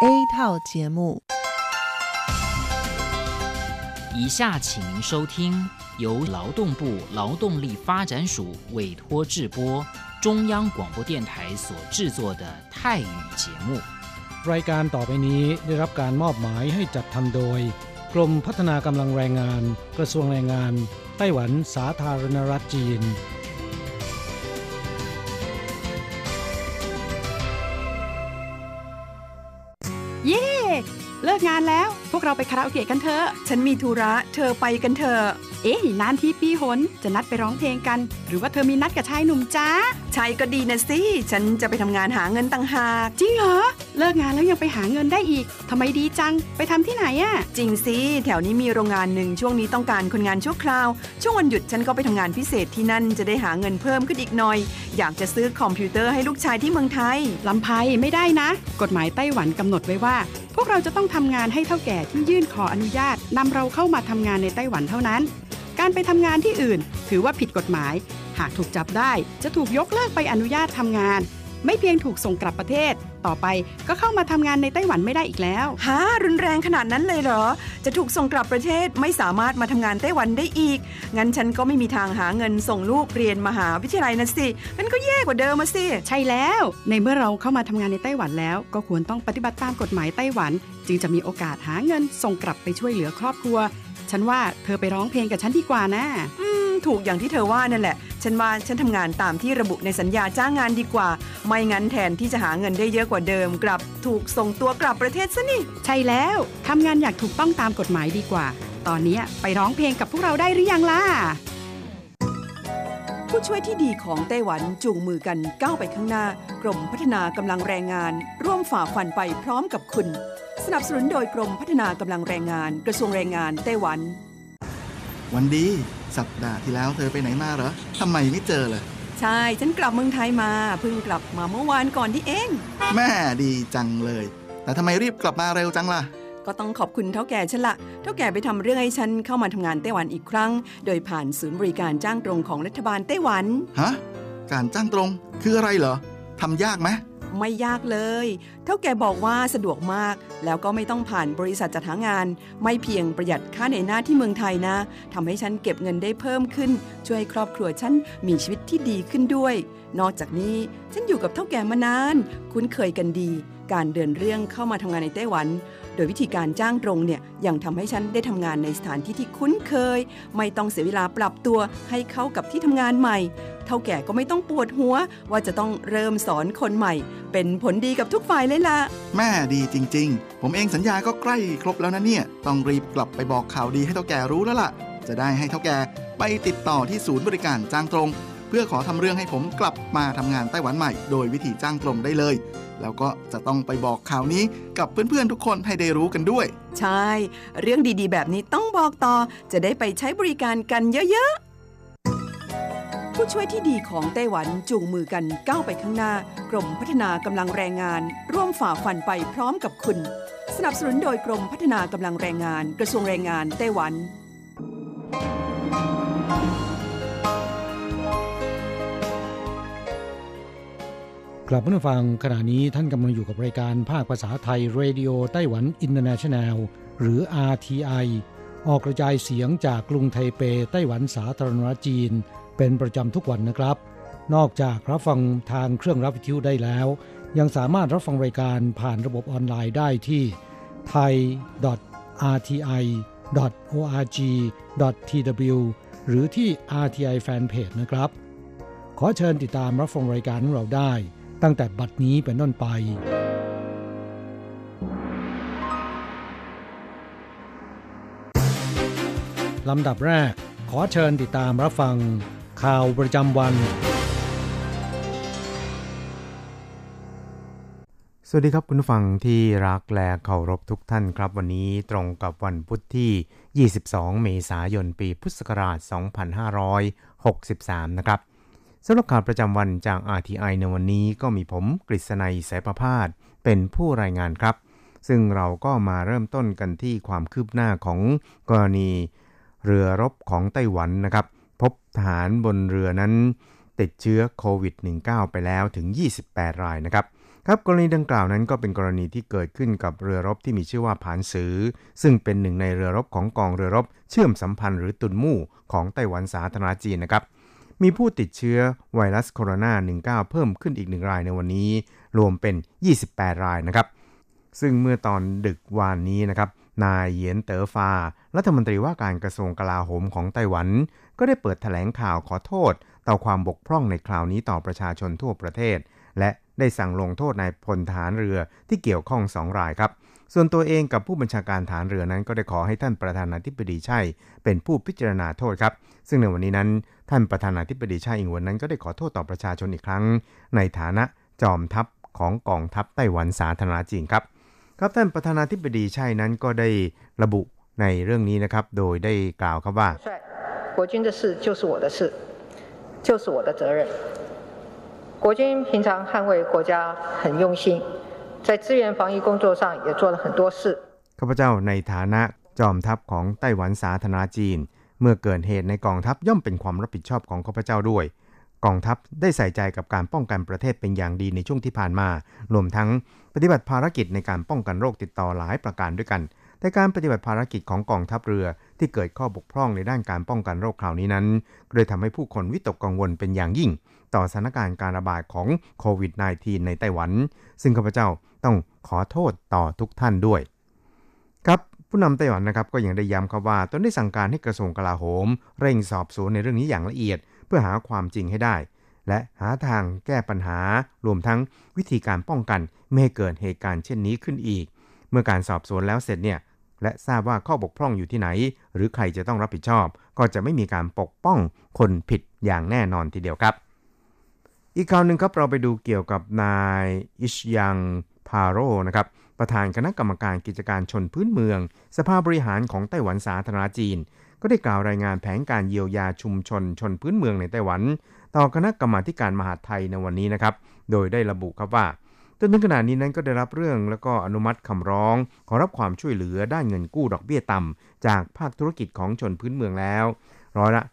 A 套节目。 以下请您收听由劳动部劳动力发展署委托制播中央广播电台所制作的泰语节目。 รายการต่อไปนี้ได้รับการมอบหมายให้จัดทำโดยกรมพัฒนากำลังแรงงานกระทรวงแรงงานไต้หวันสาธารณรัฐจีนเย้เลิกงานแล้วพวกเราไปคาราโอเกะกันเถอะฉันมีธุระเธอไปกันเถอะเอ๊ะนานทีปีหนจะนัดไปร้องเพลงกันหรือว่าเธอมีนัดกับชายหนุ่มจ้าชายก็ดีนะสิฉันจะไปทำงานหาเงินต่างหากจริงเหรอเลิกงานแล้วยังไปหาเงินได้อีกทำไมดีจังไปทำที่ไหนอะจริงสิแถวนี้มีโรงงานหนึ่งช่วงนี้ต้องการคนงานชั่วคราวช่วงวันหยุดฉันก็ไปทำงานพิเศษที่นั่นจะได้หาเงินเพิ่มขึ้นอีกหน่อยอยากจะซื้อคอมพิวเตอร์ให้ลูกชายที่เมืองไทยลำไพไม่ได้นะกฎหมายไต้หวันกำหนดไว้ว่าพวกเราจะต้องทำงานให้เฒ่าแก่ที่ยื่นขออนุญาตนำเราเข้ามาทำงานในไต้หวันเท่านั้นการไปทำงานที่อื่นถือว่าผิดกฎหมายหากถูกจับได้จะถูกยกเลิกใบอนุญาตทำงานไม่เพียงถูกส่งกลับประเทศต่อไปก็เข้ามาทำงานในไต้หวันไม่ได้อีกแล้วฮะรุนแรงขนาดนั้นเลยเหรอจะถูกส่งกลับประเทศไม่สามารถมาทำงานไต้หวันได้อีกงั้นฉันก็ไม่มีทางหาเงินส่งลูกเรียนมหาวิทยาลัยนะสิงั้นก็แย่กว่าเดิมมาสิใช่แล้วในเมื่อเราเข้ามาทำงานในไต้หวันแล้วก็ควรต้องปฏิบัติตามกฎหมายไต้หวันจึงจะมีโอกาสหาเงินส่งกลับไปช่วยเหลือครอบครัวฉันว่าเธอไปร้องเพลงกับฉันดีกว่านะถูกอย่างที่เธอว่านั่นแหละฉันว่าฉันทำงานตามที่ระบุในสัญญาจ้างงานดีกว่าไม่งั้นแทนที่จะหาเงินได้เยอะกว่าเดิมกลับถูกส่งตัวกลับประเทศซะนี่ใช่แล้วทำงานอย่างถูกต้องตามกฎหมายดีกว่าตอนนี้ไปร้องเพลงกับพวกเราได้หรือยังล่ะผู้ช่วยที่ดีของไต้หวันจูงมือกันก้าวไปข้างหน้ากรมพัฒนากำลังแรงงานร่วมฝ่าฟันไปพร้อมกับคุณสนับสนุนโดยกรมพัฒนากำลังแรงงานกระทรวงแรงงานไต้หวันวันดีสัปดาห์ที่แล้วเธอไปไหนมาเหรอทำไมไม่เจอเลยใช่ฉันกลับเมืองไทยมาเพิ่งกลับมาเมื่อวานก่อนที่เองแม่ดีจังเลยแต่ทำไมรีบกลับมาเร็วจังล่ะก็ต้องขอบคุณเฒ่าแก่ฉันละเฒ่าแก่ไปทำเรื่องให้ฉันเข้ามาทำงานไต้หวันอีกครั้งโดยผ่านศูนย์บริการจ้างตรงของรัฐบาลไต้หวันฮะการจ้างตรงคืออะไรเหรอทำยากไหมไม่ยากเลยเฒ่าแก่บอกว่าสะดวกมากแล้วก็ไม่ต้องผ่านบริษัทจัดหางานไม่เพียงประหยัดค่าเหนื่อยหน้าที่เมืองไทยนะทำให้ฉันเก็บเงินได้เพิ่มขึ้นช่วยให้ครอบครัวฉันมีชีวิตที่ดีขึ้นด้วยนอกจากนี้ฉันอยู่กับเฒ่าแก่มานานคุ้นเคยกันดีการเดินเรื่องเข้ามาทำงานในไต้หวันโดยวิธีการจ้างตรงเนี่ยยังทำให้ฉันได้ทำงานในสถานที่ที่คุ้นเคยไม่ต้องเสียเวลาปรับตัวให้เข้ากับที่ทำงานใหม่เฒ่าแก่ก็ไม่ต้องปวดหัวว่าจะต้องเริ่มสอนคนใหม่เป็นผลดีกับทุกฝ่ายเลยล่ะแม่ดีจริงๆผมเองสัญญาก็ใกล้ครบแล้วนะเนี่ยต้องรีบกลับไปบอกข่าวดีให้เฒ่าแก่รู้แล้วล่ะจะได้ให้เฒ่าแก่ไปติดต่อที่ศูนย์บริการจ้างตรงเพื่อขอทำเรื่องให้ผมกลับมาทำงานไต้หวันใหม่โดยวิธีจ้างตรงได้เลยแล้วก็จะต้องไปบอกข่าวนี้กับเพื่อนๆทุกคนให้ได้รู้กันด้วยใช่เรื่องดีๆแบบนี้ต้องบอกต่อจะได้ไปใช้บริการกันเยอะๆผู้ช่วยที่ดีของไต้หวันจูงมือกันก้าวไปข้างหน้ากรมพัฒนากำลังแรงงานร่วมฝ่าฟันไปพร้อมกับคุณสนับสนุนโดยกรมพัฒนากำลังแรงงานกระทรวงแรงงานไต้หวันกลับมาฟังขณะนี้ท่านกำลังอยู่กับรายการภาคภาษาไทยเรดิโอไต้หวันอินเตอร์เนชั่นแนลหรือ RTI ออกกระจายเสียงจากกรุงไทเปไต้หวันสาธารณรัฐจีนเป็นประจำทุกวันนะครับนอกจากรับฟังทางเครื่องรับวิทยุได้แล้วยังสามารถรับฟังรายการผ่านระบบออนไลน์ได้ที่ thai.rti.org.tw หรือที่ RTI Fanpage นะครับขอเชิญติดตามรับฟังรายการของเราได้ตั้งแต่บัดนี้เป็นต้นไปลำดับแรกขอเชิญติดตามรับฟังข่าวประจำวันสวัสดีครับคุณผู้ฟังที่รักและเคารพทุกท่านครับวันนี้ตรงกับวันพุธที่22เมษายนปีพุทธศักราช2563นะครับสำหรับข่าวประจำวันจาก RTI ในวันนี้ก็มีผมกฤษณัยสายประภาสเป็นผู้รายงานครับซึ่งเราก็มาเริ่มต้นกันที่ความคืบหน้าของกรณีเรือรบของไต้หวันนะครับพบทหารบนเรือนั้นติดเชื้อโควิด -19 ไปแล้วถึง28รายนะครับครับกรณีดังกล่าวนั้นก็เป็นกรณีที่เกิดขึ้นกับเรือรบที่มีชื่อว่าผานซือซึ่งเป็นหนึ่งในเรือรบของกองเรือรบเชื่อมสัมพันธ์หรือตุนมู่ของไต้หวันสาธารณรัฐจีนนะครับมีผู้ติดเชื้อไวรัสโคโรนา19เพิ่มขึ้นอีก1รายในวันนี้รวมเป็น28รายนะครับซึ่งเมื่อตอนดึกวานนี้นะครับนายเหยียนเต๋อฟารัฐมนตรีว่าการกระทรวงกลาโหมของไต้หวันก็ได้เปิดแถลงข่าวขอโทษต่อความบกพร่องในคราวนี้ต่อประชาชนทั่วประเทศและได้สั่งลงโทษนายพลทหารเรือที่เกี่ยวข้อง2รายครับส่วนตัวเองกับผู้บัญชาการฐานเรือนั้นก็ได้ขอให้ท่านประธานาธิบดีไช่เป็นผู้พิจารณาโทษครับซึ่งในวันนี้นั้นท่านประธานาธิบดีไช่อิงเหวินนั้นก็ได้ขอโทษต่อประชาชนอีกครั้งในฐานะจอมทัพของกองทัพไต้หวันสาธารณรัฐจีนครับครับท่านประธานาธิบดีไช่นั้นก็ได้ระบุในเรื่องนี้นะครับโดยได้กล่าวครับว่า国军的事就是我的事就是我的责任国军平常捍卫国家很用心在支援防疫工作上也做了很多事ข้าพเจ้าในฐานะจอมทัพของไต้หวันสาธารณรัฐจีนเมื่อเกิดเหตุในกองทัพย่อมเป็นความรับผิดชอบของข้าพเจ้าด้วยกองทัพได้ใส่ใจกับการป้องกันประเทศเป็นอย่างดีในช่วงที่ผ่านมารวมทั้งปฏิบัติภารกิจในการป้องกันโรคติดต่อหลายประการด้วยกันแต่การปฏิบัติภารกิจของกองทัพเรือที่เกิดข้อบกพร่องในด้านการป้องกันโรคคราวนี้นั้นก็เลยทำให้ผู้คนวิตกกังวลเป็นอย่างยิ่งต่อสถานการณ์การระบาดของโควิด -19 ในไต้หวันซึ่งข้าพเจ้าต้องขอโทษต่อทุกท่านด้วยครับผู้นำไต้หวันนะครับก็ยังได้ย้ำครับว่าตนได้สั่งการให้กระทรวงกลาโหมเร่งสอบสวนในเรื่องนี้อย่างละเอียดเพื่อหาความจริงให้ได้และหาทางแก้ปัญหารวมทั้งวิธีการป้องกันไม่ให้เกิดเหตุการณ์เช่นนี้ขึ้นอีกเมื่อการสอบสวนแล้วเสร็จเนี่ยและทราบว่าข้อบกพร่องอยู่ที่ไหนหรือใครจะต้องรับผิดชอบก็จะไม่มีการปกป้องคนผิดอย่างแน่นอนทีเดียวครับอีกข่าวหนึ่งครับเราไปดูเกี่ยวกับนายอิชยังพาโรนะครับประธานคณะกรรมการกิจการชนพื้นเมืองสภาบริหารของไต้หวันสาธารณรัฐจีนก็ได้กล่าวรายงานแผนการเยียวยาชุมชนชนพื้นเมืองในไต้หวันต่อคณะกรรมาธิการมหาดไทยในวันนี้นะครับโดยได้ระบุครับว่าจนถึงขณะนี้นั้นก็ได้รับเรื่องแล้วก็อนุมัติคำร้องขอรับความช่วยเหลือด้านเงินกู้ดอกเบี้ยต่ำจากภาคธุรกิจของชนพื้นเมืองแล้วร้อยละ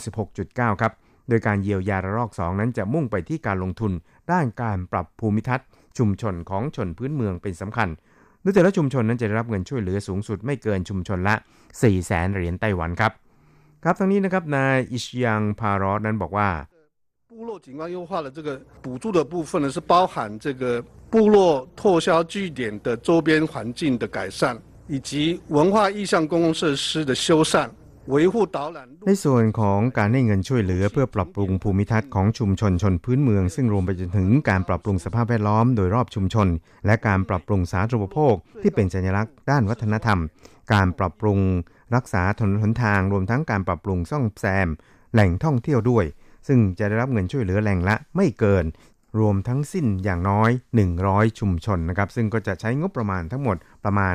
96.9 ครับโดยการเยียวยาระลอก2นั้นจะมุ่งไปที่การลงทุนด้านการปรับภูมิทัศน์ชุมชนของชนพื้นเมืองเป็นสำคัญโดยแต่ละชุมชนนั้นจะได้รับเงินช่วยเหลือสูงสุดไม่เกินชุมชนละ 400,000 เหรียญไต้หวันครับครับทั้งนี้นะครับนายอิชยังพารอสนั้นบอกว่า部落景观优化的这个补助的部分呢，是包含这个部落拓销据点的周边环境的改善，以及文化意象公共设施的修缮，维护导览。 ในส่วนของการให้เงินช่วยเหลือเพื่อปรับปรุงภูมิทัศน์ของชุมชนชนพื้นเมืองซึ่งรวมไปจนถึงการปรับปรุงสภาพแวดล้อมโดยรอบชุมชนและการปรับปรุงสาธารณูปโภคที่เป็นสัญลักษณ์ด้านวัฒนธรรมการปรับปรุงรักษาถนนหนทางรวมทั้งการปรับปรุงซ่อมแซมแหล่งท่องเที่ยวด้วยซึ่งจะได้รับเงินช่วยเหลือแหล่งละไม่เกินรวมทั้งสิ้นอย่างน้อย100ชุมชนนะครับซึ่งก็จะใช้งบประมาณทั้งหมดประมาณ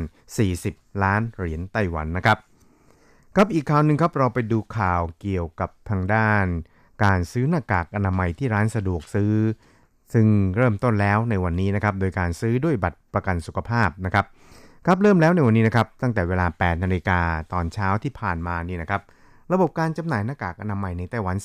40ล้านเหรียญไต้หวันนะครับครับอีกข่าวนึงครับเราไปดูข่าวเกี่ยวกับทางด้านการซื้อหน้ากากอนามัยที่ร้านสะดวกซื้อซึ่งเริ่มต้นแล้วในวันนี้นะครับโดยการซื้อด้วยบัตรประกันสุขภาพนะครับครับเริ่มแล้วในวันนี้นะครับตั้งแต่เวลา 8:00 น.ตอนเช้าที่ผ่านมานี่นะครับระบบการจำหน่ายหน้ากากอนามัยในไต้หวัน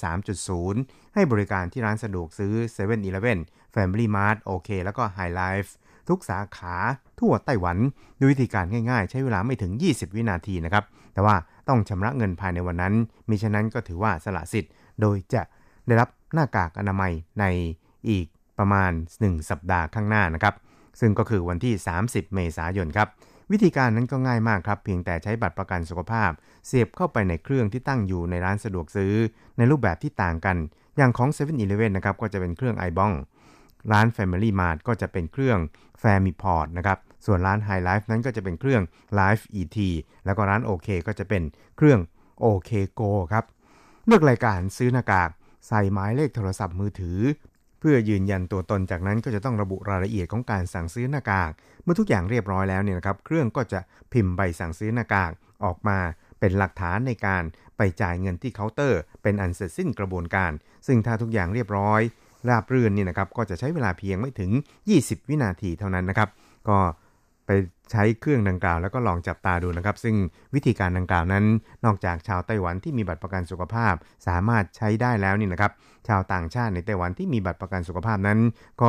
3.0 ให้บริการที่ร้านสะดวกซื้อ 7-Eleven, Family Mart, OK แล้วก็ High Life ทุกสาขาทั่วไต้หวันด้วยวิธีการง่ายๆใช้เวลาไม่ถึง20วินาทีนะครับแต่ว่าต้องชำระเงินภายในวันนั้นมิฉะนั้นก็ถือว่าสละสิทธิ์โดยจะได้รับหน้ากากอนามัยในอีกประมาณ1สัปดาห์ข้างหน้านะครับซึ่งก็คือวันที่30เมษายนครับวิธีการนั้นก็ง่ายมากครับเพียงแต่ใช้บัตรประกันสุขภาพเสียบเข้าไปในเครื่องที่ตั้งอยู่ในร้านสะดวกซื้อในรูปแบบที่ต่างกันอย่างของ 7-Eleven นะครับก็จะเป็นเครื่อง iBong ร้าน Family Mart ก็จะเป็นเครื่อง Famiport นะครับส่วนร้าน High Life นั้นก็จะเป็นเครื่อง Life ET แล้วก็ร้าน OK ก็จะเป็นเครื่อง OK Go ครับเลือกรายการซื้อหน้ากากใส่หมายเลขโทรศัพท์มือถือเพื่อยืนยันตัวตนจากนั้นก็จะต้องระบุรายละเอียดของการสั่งซื้อหน้ากากเมื่อทุกอย่างเรียบร้อยแล้วเนี่ยนะครับเครื่องก็จะพิมพ์ใบสั่งซื้อหน้ากากออกมาเป็นหลักฐานในการไปจ่ายเงินที่เคาน์เตอร์เป็นอันเสร็จสิ้นกระบวนการซึ่งถ้าทุกอย่างเรียบร้อยราบรื่นนี่นะครับก็จะใช้เวลาเพียงไม่ถึง20วินาทีเท่านั้นนะครับก็ไปใช้เครื่องดังกล่าวแล้วก็ลองจับตาดูนะครับซึ่งวิธีการดังกล่าวนั้นนอกจากชาวไต้หวันที่มีบัตรประกันสุขภาพสามารถใช้ได้แล้วนี่นะครับชาวต่างชาติในไต้หวันที่มีบัตรประกันสุขภาพนั้นก็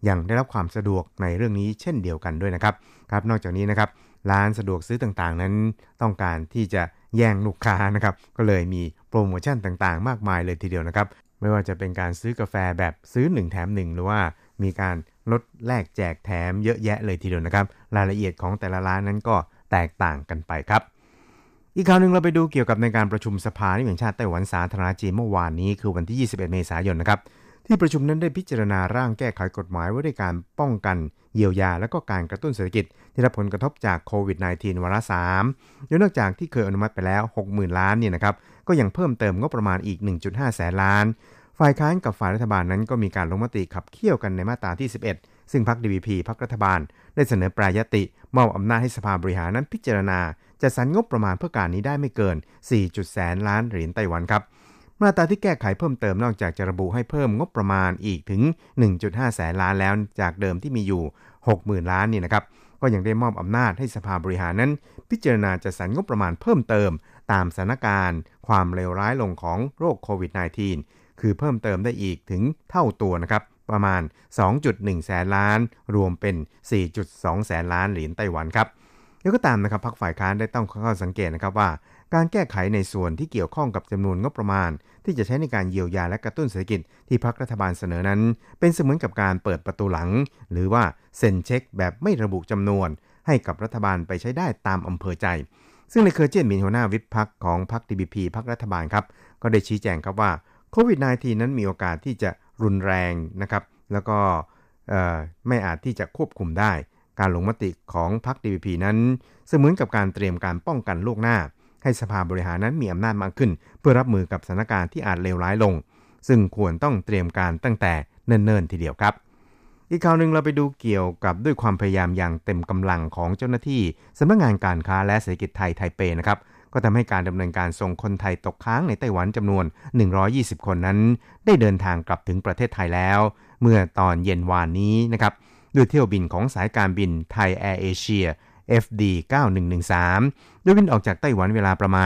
ยังได้รับความสะดวกในเรื่องนี้เช่นเดียวกันด้วยนะครับครับนอกจากนี้นะครับร้านสะดวกซื้อต่างๆนั้นต้องการที่จะแย่งลูกค้านะครับก็เลยมีโปรโมชั่นต่างๆมากมายเลยทีเดียวนะครับไม่ว่าจะเป็นการซื้อกาแฟแบบซื้อ1แถม1หรือว่ามีการลดแลกแจกแถมเยอะแยะเลยทีเดียวนะครับรายละเอียดของแต่ละร้านนั้นก็แตกต่างกันไปครับอีกข่าวนึงเราไปดูเกี่ยวกับในการประชุมสภานิติบัญญัติแห่งชาติไต้หวันสาธารณจีนเมื่อวานนี้คือวันที่21เมษายนนะครับที่ประชุมนั้นได้พิจารณาร่างแก้ไขกฎหมายว่าด้วยการป้องกันเยียวยาและก็การกระตุ้นเศรษฐกิจที่รับผลกระทบจากโควิด -19 วาระ 3 โดยนอกจากที่เคยอนุมัติไปแล้ว 60,000 ล้านเนี่ยนะครับก็ยังเพิ่มเติมงบประมาณอีก 1.5 แสนล้านฝ่ายค้านกับฝ่ายรัฐบาลนั้นก็มีการลงมติขับเคี่ยวกันในมาตราที่11ซึ่งพรรค DVP พรรครัฐบาลได้เสนอแปรยติมอบอำนาจให้สภาบริหารนั้นพิจารณาจัดสรรงบประมาณเพื่อการนี้ได้ไม่เกิน 4.1 แสนล้านเหรียญไต้หวันครับมาตราที่แก้ไขเพิ่มเติมนอกจากจะระบุให้เพิ่มงบประมาณอีกถึง 1.5 แสนล้านแล้วจากเดิมที่มีอยู่ 60,000 ล้านนี่นะครับก็ยังได้มอบอำนาจให้สภาบริหารนั้นพิจารณาจัดสรรงบประมาณเพิ่มเติมตามสถานการณ์ความเลวร้ายลงของโรคโควิด -19 คือเพิ่มเติมได้อีกถึงเท่าตัวนะครับประมาณ 2.1 แสนล้านรวมเป็น 4.2 แสนล้านเหรียญไต้หวันครับแล้วก็ตามนะครับพรรคฝ่ายค้านได้ต้องข้อสังเกตนะครับว่าการแก้ไขในส่วนที่เกี่ยวข้องกับจำนวนงบประมาณที่จะใช้ในการเยียวยาและกระตุ้นเศรษฐกิจที่พรรครัฐบาลเสนอนั้นเป็นเสมือนกับการเปิดประตูหลังหรือว่าเซ็นเช็คแบบไม่ระบุจำนวนให้กับรัฐบาลไปใช้ได้ตามอำเภอใจซึ่งในเคอร์เจี้ยนหมินหัวหน้าวิปพรรคของพรรค DPP พรรครัฐบาลครับก็ได้ชี้แจงครับว่าโควิด -19 นั้นมีโอกาสที่จะรุนแรงนะครับแล้วก็ไม่อาจที่จะควบคุมได้การลงมติของพรรค DPP นั้นเสมือนกับการเตรียมการป้องกันล่วงหน้าให้สภาบริหารนั้นมีอำนาจมากขึ้นเพื่อรับมือกับสถานการณ์ที่อาจเลวร้ายลงซึ่งควรต้องเตรียมการตั้งแต่เนิ่นๆทีเดียวครับอีกข่าวนึงเราไปดูเกี่ยวกับด้วยความพยายามอย่างเต็มกำลังของเจ้าหน้าที่สำนักงานการค้าและเศรษฐกิจไทยไทเปนะครับก็ทำให้การดำเนินการส่งคนไทยตกค้างในไต้หวันจำนวน120คนนั้นได้เดินทางกลับถึงประเทศไทยแล้วเมื่อตอนเย็นวานนี้นะครับด้วยเที่ยวบินของสายการบินไทยแอร์เอเชียFD 9113โดยบินออกจากไต้หวันเวลาประมาณ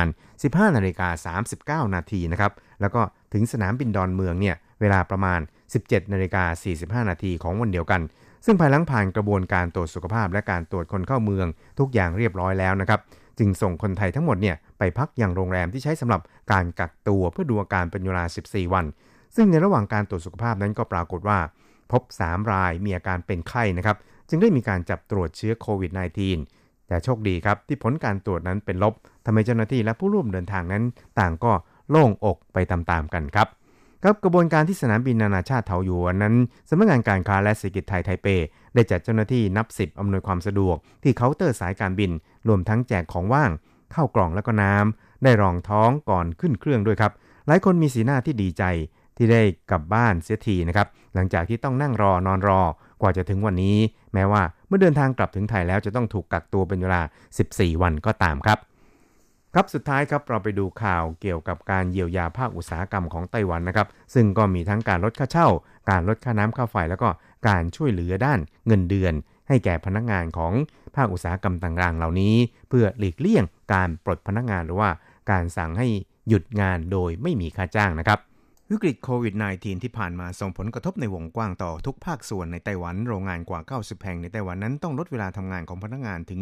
15:39 นาทีนะครับแล้วก็ถึงสนามบินดอนเมืองเนี่ยเวลาประมาณ 17:45 นาทีของวันเดียวกันซึ่งภายหลังผ่านกระบวนการตรวจสุขภาพและการตรวจคนเข้าเมืองทุกอย่างเรียบร้อยแล้วนะครับจึงส่งคนไทยทั้งหมดเนี่ยไปพักยังโรงแรมที่ใช้สำหรับการกักตัวเพื่อดูอาการเป็นเวลา14วันซึ่งในระหว่างการตรวจสุขภาพนั้นก็ปรากฏว่าพบ3รายมีอาการเป็นไข้นะครับจึงได้มีการจับตรวจเชื้อโควิด -19 แต่โชคดีครับที่ผลการตรวจนั้นเป็นลบทำให้เจ้าหน้าที่และผู้ร่วมเดินทางนั้นต่างก็โล่งอกไปตามๆกันครับกระบวนการที่สนามบินนานาชาติเถาหยวนนั้นสำนักงานการค้าและเศรษฐกิจไทยไทเปได้จัดเจ้าหน้าที่นับ10อำนวยความสะดวกที่เคาน์เตอร์สายการบินรวมทั้งแจกของว่างข้าวกล่องและก็น้ำได้รองท้องก่อนขึ้นเครื่องด้วยครับหลายคนมีสีหน้าที่ดีใจที่ได้กลับบ้านเสียทีนะครับหลังจากที่ต้องนั่งรอนอนรอกว่าจะถึงวันนี้แม้ว่าเมื่อเดินทางกลับถึงไทยแล้วจะต้องถูกกักตัวเป็นเวลา14วันก็ตามครับสุดท้ายครับเราไปดูข่าวเกี่ยวกับการเยียวยาภาคอุตสาหกรรมของไต้หวันนะครับซึ่งก็มีทั้งการลดค่าเช่าการลดค่าน้ำค่าไฟแล้วก็การช่วยเหลือด้านเงินเดือนให้แก่พนักงานของภาคอุตสาหกรรมต่างๆเหล่านี้เพื่อหลีกเลี่ยงการปลดพนักงานหรือว่าการสั่งให้หยุดงานโดยไม่มีค่าจ้างนะครับวิกฤตโควิด -19 ที่ผ่านมาส่งผลกระทบในวงกว้างต่อทุกภาคส่วนในไต้หวันโรงงานกว่า90แห่งในไต้หวันนั้นต้องลดเวลาทำงานของพนักงานถึง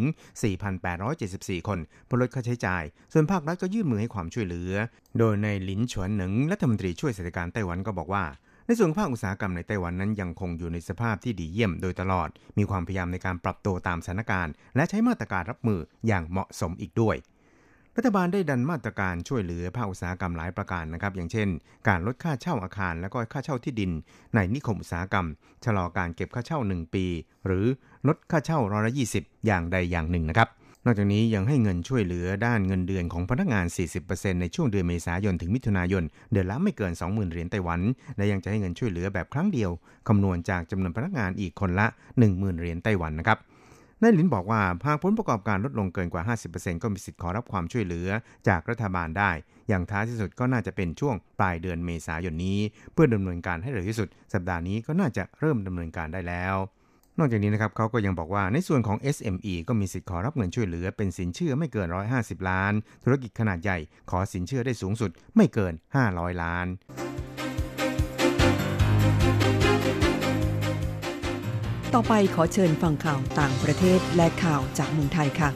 4,874 คนเพื่อลดค่าใช้จ่ายส่วนภาครัฐก็ยื่นมือให้ความช่วยเหลือโดยในหลินฉวนเหนิงรัฐมนตรีช่วยเศรษฐการไต้หวันก็บอกว่าในส่วนภาคอุตสาหกรรมในไต้หวันนั้นยังคงอยู่ในสภาพที่ดีเยี่ยมโดยตลอดมีความพยายามในการปรับตัวตามสถานการณ์และใช้มาตรการรับมืออย่างเหมาะสมอีกด้วยรัฐบาลได้ดันมาตรการช่วยเหลือภาคอุตสาหกรรมหลายประการนะครับอย่างเช่นการลดค่าเช่าอาคารและก็ค่าเช่าที่ดินในนิคมอุตสาหกรรมชะลอการเก็บค่าเช่า1ปีหรือลดค่าเช่า120%อย่างใดอย่างหนึ่งนะครับนอกจากนี้ยังให้เงินช่วยเหลือด้านเงินเดือนของพนักงาน 40% ในช่วงเดือนเมษายนถึงมิถุนายนเดือนละไม่เกิน 20,000 เหรียญไต้หวันและยังจะให้เงินช่วยเหลือแบบครั้งเดียวคำนวณจากจำนวนพนักงานอีกคนละ 10,000 เหรียญไต้หวันนะครับนายหลินบอกว่าหากผลประกอบการลดลงเกินกว่า 50% ก็มีสิทธิ์ขอรับความช่วยเหลือจากรัฐบาลได้อย่างท้ายที่สุดก็น่าจะเป็นช่วงปลายเดือนเมษายนนี้เพื่อดำเนินการให้เร็วที่สุดสัปดาห์นี้ก็น่าจะเริ่มดำเนินการได้แล้วนอกจากนี้นะครับเขาก็ยังบอกว่าในส่วนของ SME ก็มีสิทธิ์ขอรับเงินช่วยเหลือเป็นสินเชื่อไม่เกิน150ล้านธุรกิจขนาดใหญ่ขอสินเชื่อได้สูงสุดไม่เกิน500ล้านต่อไปขอเชิญฟังข่าวต่างประเทศและข่าวจากเมืองไทยค่ะ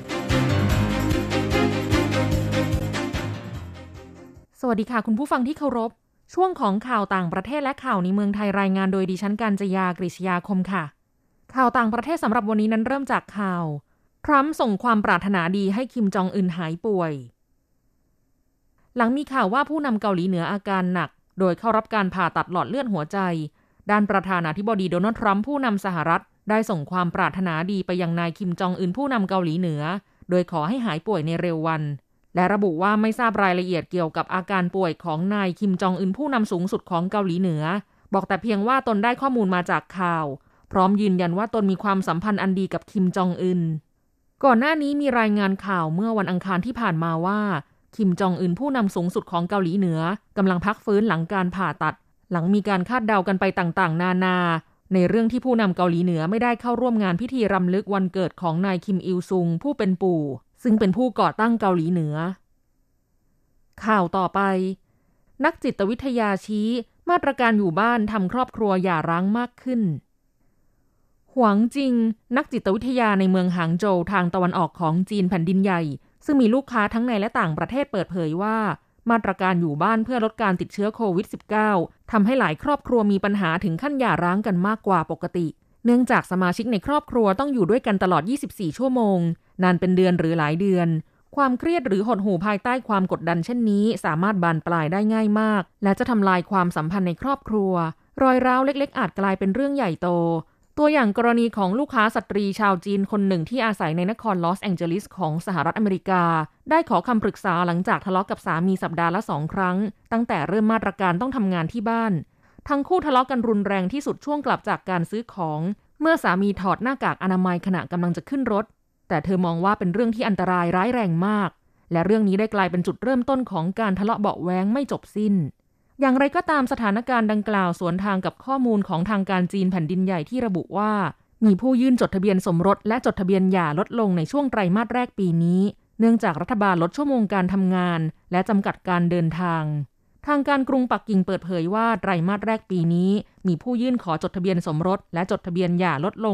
สวัสดีค่ะคุณผู้ฟังที่เคารพช่วงของข่าวต่างประเทศและข่าวในเมืองไทยรายงานโดยดิฉันกาญจยากฤษยาคมค่ะข่าวต่างประเทศสำหรับวันนี้นั้นเริ่มจากข่าวทรัมป์ส่งความปรารถนาดีให้คิมจองอึนหายป่วยหลังมีข่าวว่าผู้นำเกาหลีเหนืออาการหนักโดยเข้ารับการผ่าตัดหลอดเลือดหัวใจด้านประธานาธิบดีโดนัลด์ทรัมป์ผู้นำสหรัฐได้ส่งความปรารถนาดีไปยังนายคิมจองอึนผู้นำเกาหลีเหนือโดยขอให้หายป่วยในเร็ววันและระบุว่าไม่ทราบรายละเอียดเกี่ยวกับอาการป่วยของนายคิมจองอึนผู้นำสูงสุดของเกาหลีเหนือบอกแต่เพียงว่าตนได้ข้อมูลมาจากข่าวพร้อมยืนยันว่าตนมีความสัมพันธ์อันดีกับคิมจองอึนก่อนหน้านี้มีรายงานข่าวเมื่อวันอังคารที่ผ่านมาว่าคิมจองอึนผู้นำสูงสุดของเกาหลีเหนือกำลังพักฟื้นหลังการผ่าตัดหลังมีการคาดเดากันไปต่างๆนานาในเรื่องที่ผู้นำเกาหลีเหนือไม่ได้เข้าร่วมงานพิธีรำลึกวันเกิดของนายคิมอิลซุงผู้เป็นปู่ซึ่งเป็นผู้ก่อตั้งเกาหลีเหนือข่าวต่อไปนักจิตวิทยาชี้มาตรการอยู่บ้านทำครอบครัวหย่าร้างมากขึ้นหวังจิงนักจิตวิทยาในเมืองหางโจวทางตะวันออกของจีนแผ่นดินใหญ่ซึ่งมีลูกค้าทั้งในและต่างประเทศเปิดเผยว่ามาตรการอยู่บ้านเพื่อลดการติดเชื้อโควิด -19 ทำให้หลายครอบครัวมีปัญหาถึงขั้นหย่าร้างกันมากกว่าปกติเนื่องจากสมาชิกในครอบครัวต้องอยู่ด้วยกันตลอด24ชั่วโมงนานเป็นเดือนหรือหลายเดือนความเครียดหรือหดหู่ภายใต้ความกดดันเช่นนี้สามารถบานปลายได้ง่ายมากและจะทำลายความสัมพันธ์ในครอบครัวรอยร้าวเล็กๆอาจกลายเป็นเรื่องใหญ่โตตัวอย่างกรณีของลูกค้าสตรีชาวจีนคนหนึ่งที่อาศัยในนครลอสแองเจลิสของสหรัฐอเมริกาได้ขอคำปรึกษาหลังจากทะเลาะกับสามีสัปดาห์ละ2 ครั้งตั้งแต่เริ่มมาตรการต้องทำงานที่บ้านทั้งคู่ทะเลาะกันรุนแรงที่สุดช่วงกลับจากการซื้อของเมื่อสามีถอดหน้ากากอนามัยขณะกำลังจะขึ้นรถแต่เธอมองว่าเป็นเรื่องที่อันตรายร้ายแรงมากและเรื่องนี้ได้กลายเป็นจุดเริ่มต้นของการทะเลาะเบาะแว้งไม่จบสิ้นอย่างไรก็ตามสถานการณ์ดังกล่าวสวนทางกับข้อมูลของทางการจีนแผ่นดินใหญ่ที่ระบุว่ามีผู้ยื่นจดทะเบียนสมรสและจดทะเบียนหย่าลดลงในช่วงไตรมาสแรกปีนี้เนื่องจากรัฐบาลลดชั่วโมงการทำงานและจำกัดการเดินทางทางการกรุงปักกิ่งเปิดเผยว่าไตรมาสแรกปีนี้มีผู้ยื่นขอจดทะเบียนสมรสและจดทะเบียนหย่าลดลง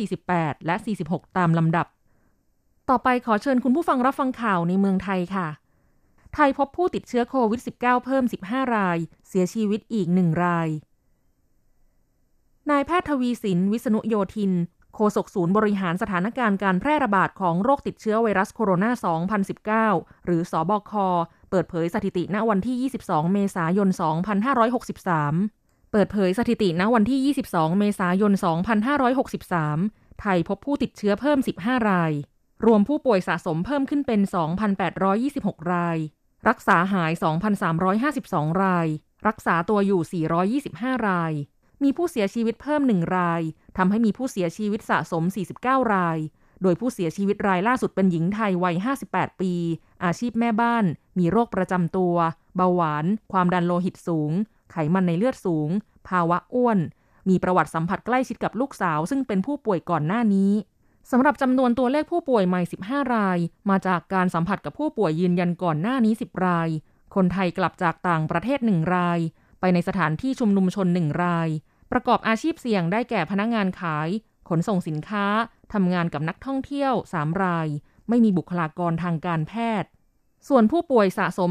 48%และ46%ตามลำดับต่อไปขอเชิญคุณผู้ฟังรับฟังข่าวในเมืองไทยค่ะไทยพบผู้ติดเชื้อโควิด -19 เพิ่ม15 รายเสียชีวิตอีก1 รายนายแพทย์ทวีสินวิษณุโยธินโฆษกศูนย์บริหารสถานการณ์การแพร่ระบาดของโรคติดเชื้อไวรัสโคโรนา 2019 หรือสบคเปิดเผยสถิติณวันที่22เมษายน2563เปิดเผยสถิติณวันที่22เมษายน2563ไทยพบผู้ติดเชื้อเพิ่ม15 รายรวมผู้ป่วยสะสมเพิ่มขึ้นเป็น 2,826 รายรักษาหาย 2,352 รายรักษาตัวอยู่425 รายมีผู้เสียชีวิตเพิ่ม1 รายทำให้มีผู้เสียชีวิตสะสม49 รายโดยผู้เสียชีวิตรายล่าสุดเป็นหญิงไทยวัย58 ปีอาชีพแม่บ้านมีโรคประจำตัวเบาหวานความดันโลหิตสูงไขมันในเลือดสูงภาวะอ้วนมีประวัติสัมผัสใกล้ชิดกับลูกสาวซึ่งเป็นผู้ป่วยก่อนหน้านี้สำหรับจำนวนตัวเลขผู้ป่วยใหม่15 รายมาจากการสัมผัสกับผู้ป่วยยืนยันก่อนหน้านี้10 รายคนไทยกลับจากต่างประเทศ1 รายไปในสถานที่ชุมนุมชน1 รายประกอบอาชีพเสี่ยงได้แก่พนักงานขายขนส่งสินค้าทำงานกับนักท่องเที่ยว3 รายไม่มีบุคลากรทางการแพทย์ส่วนผู้ป่วยสะสม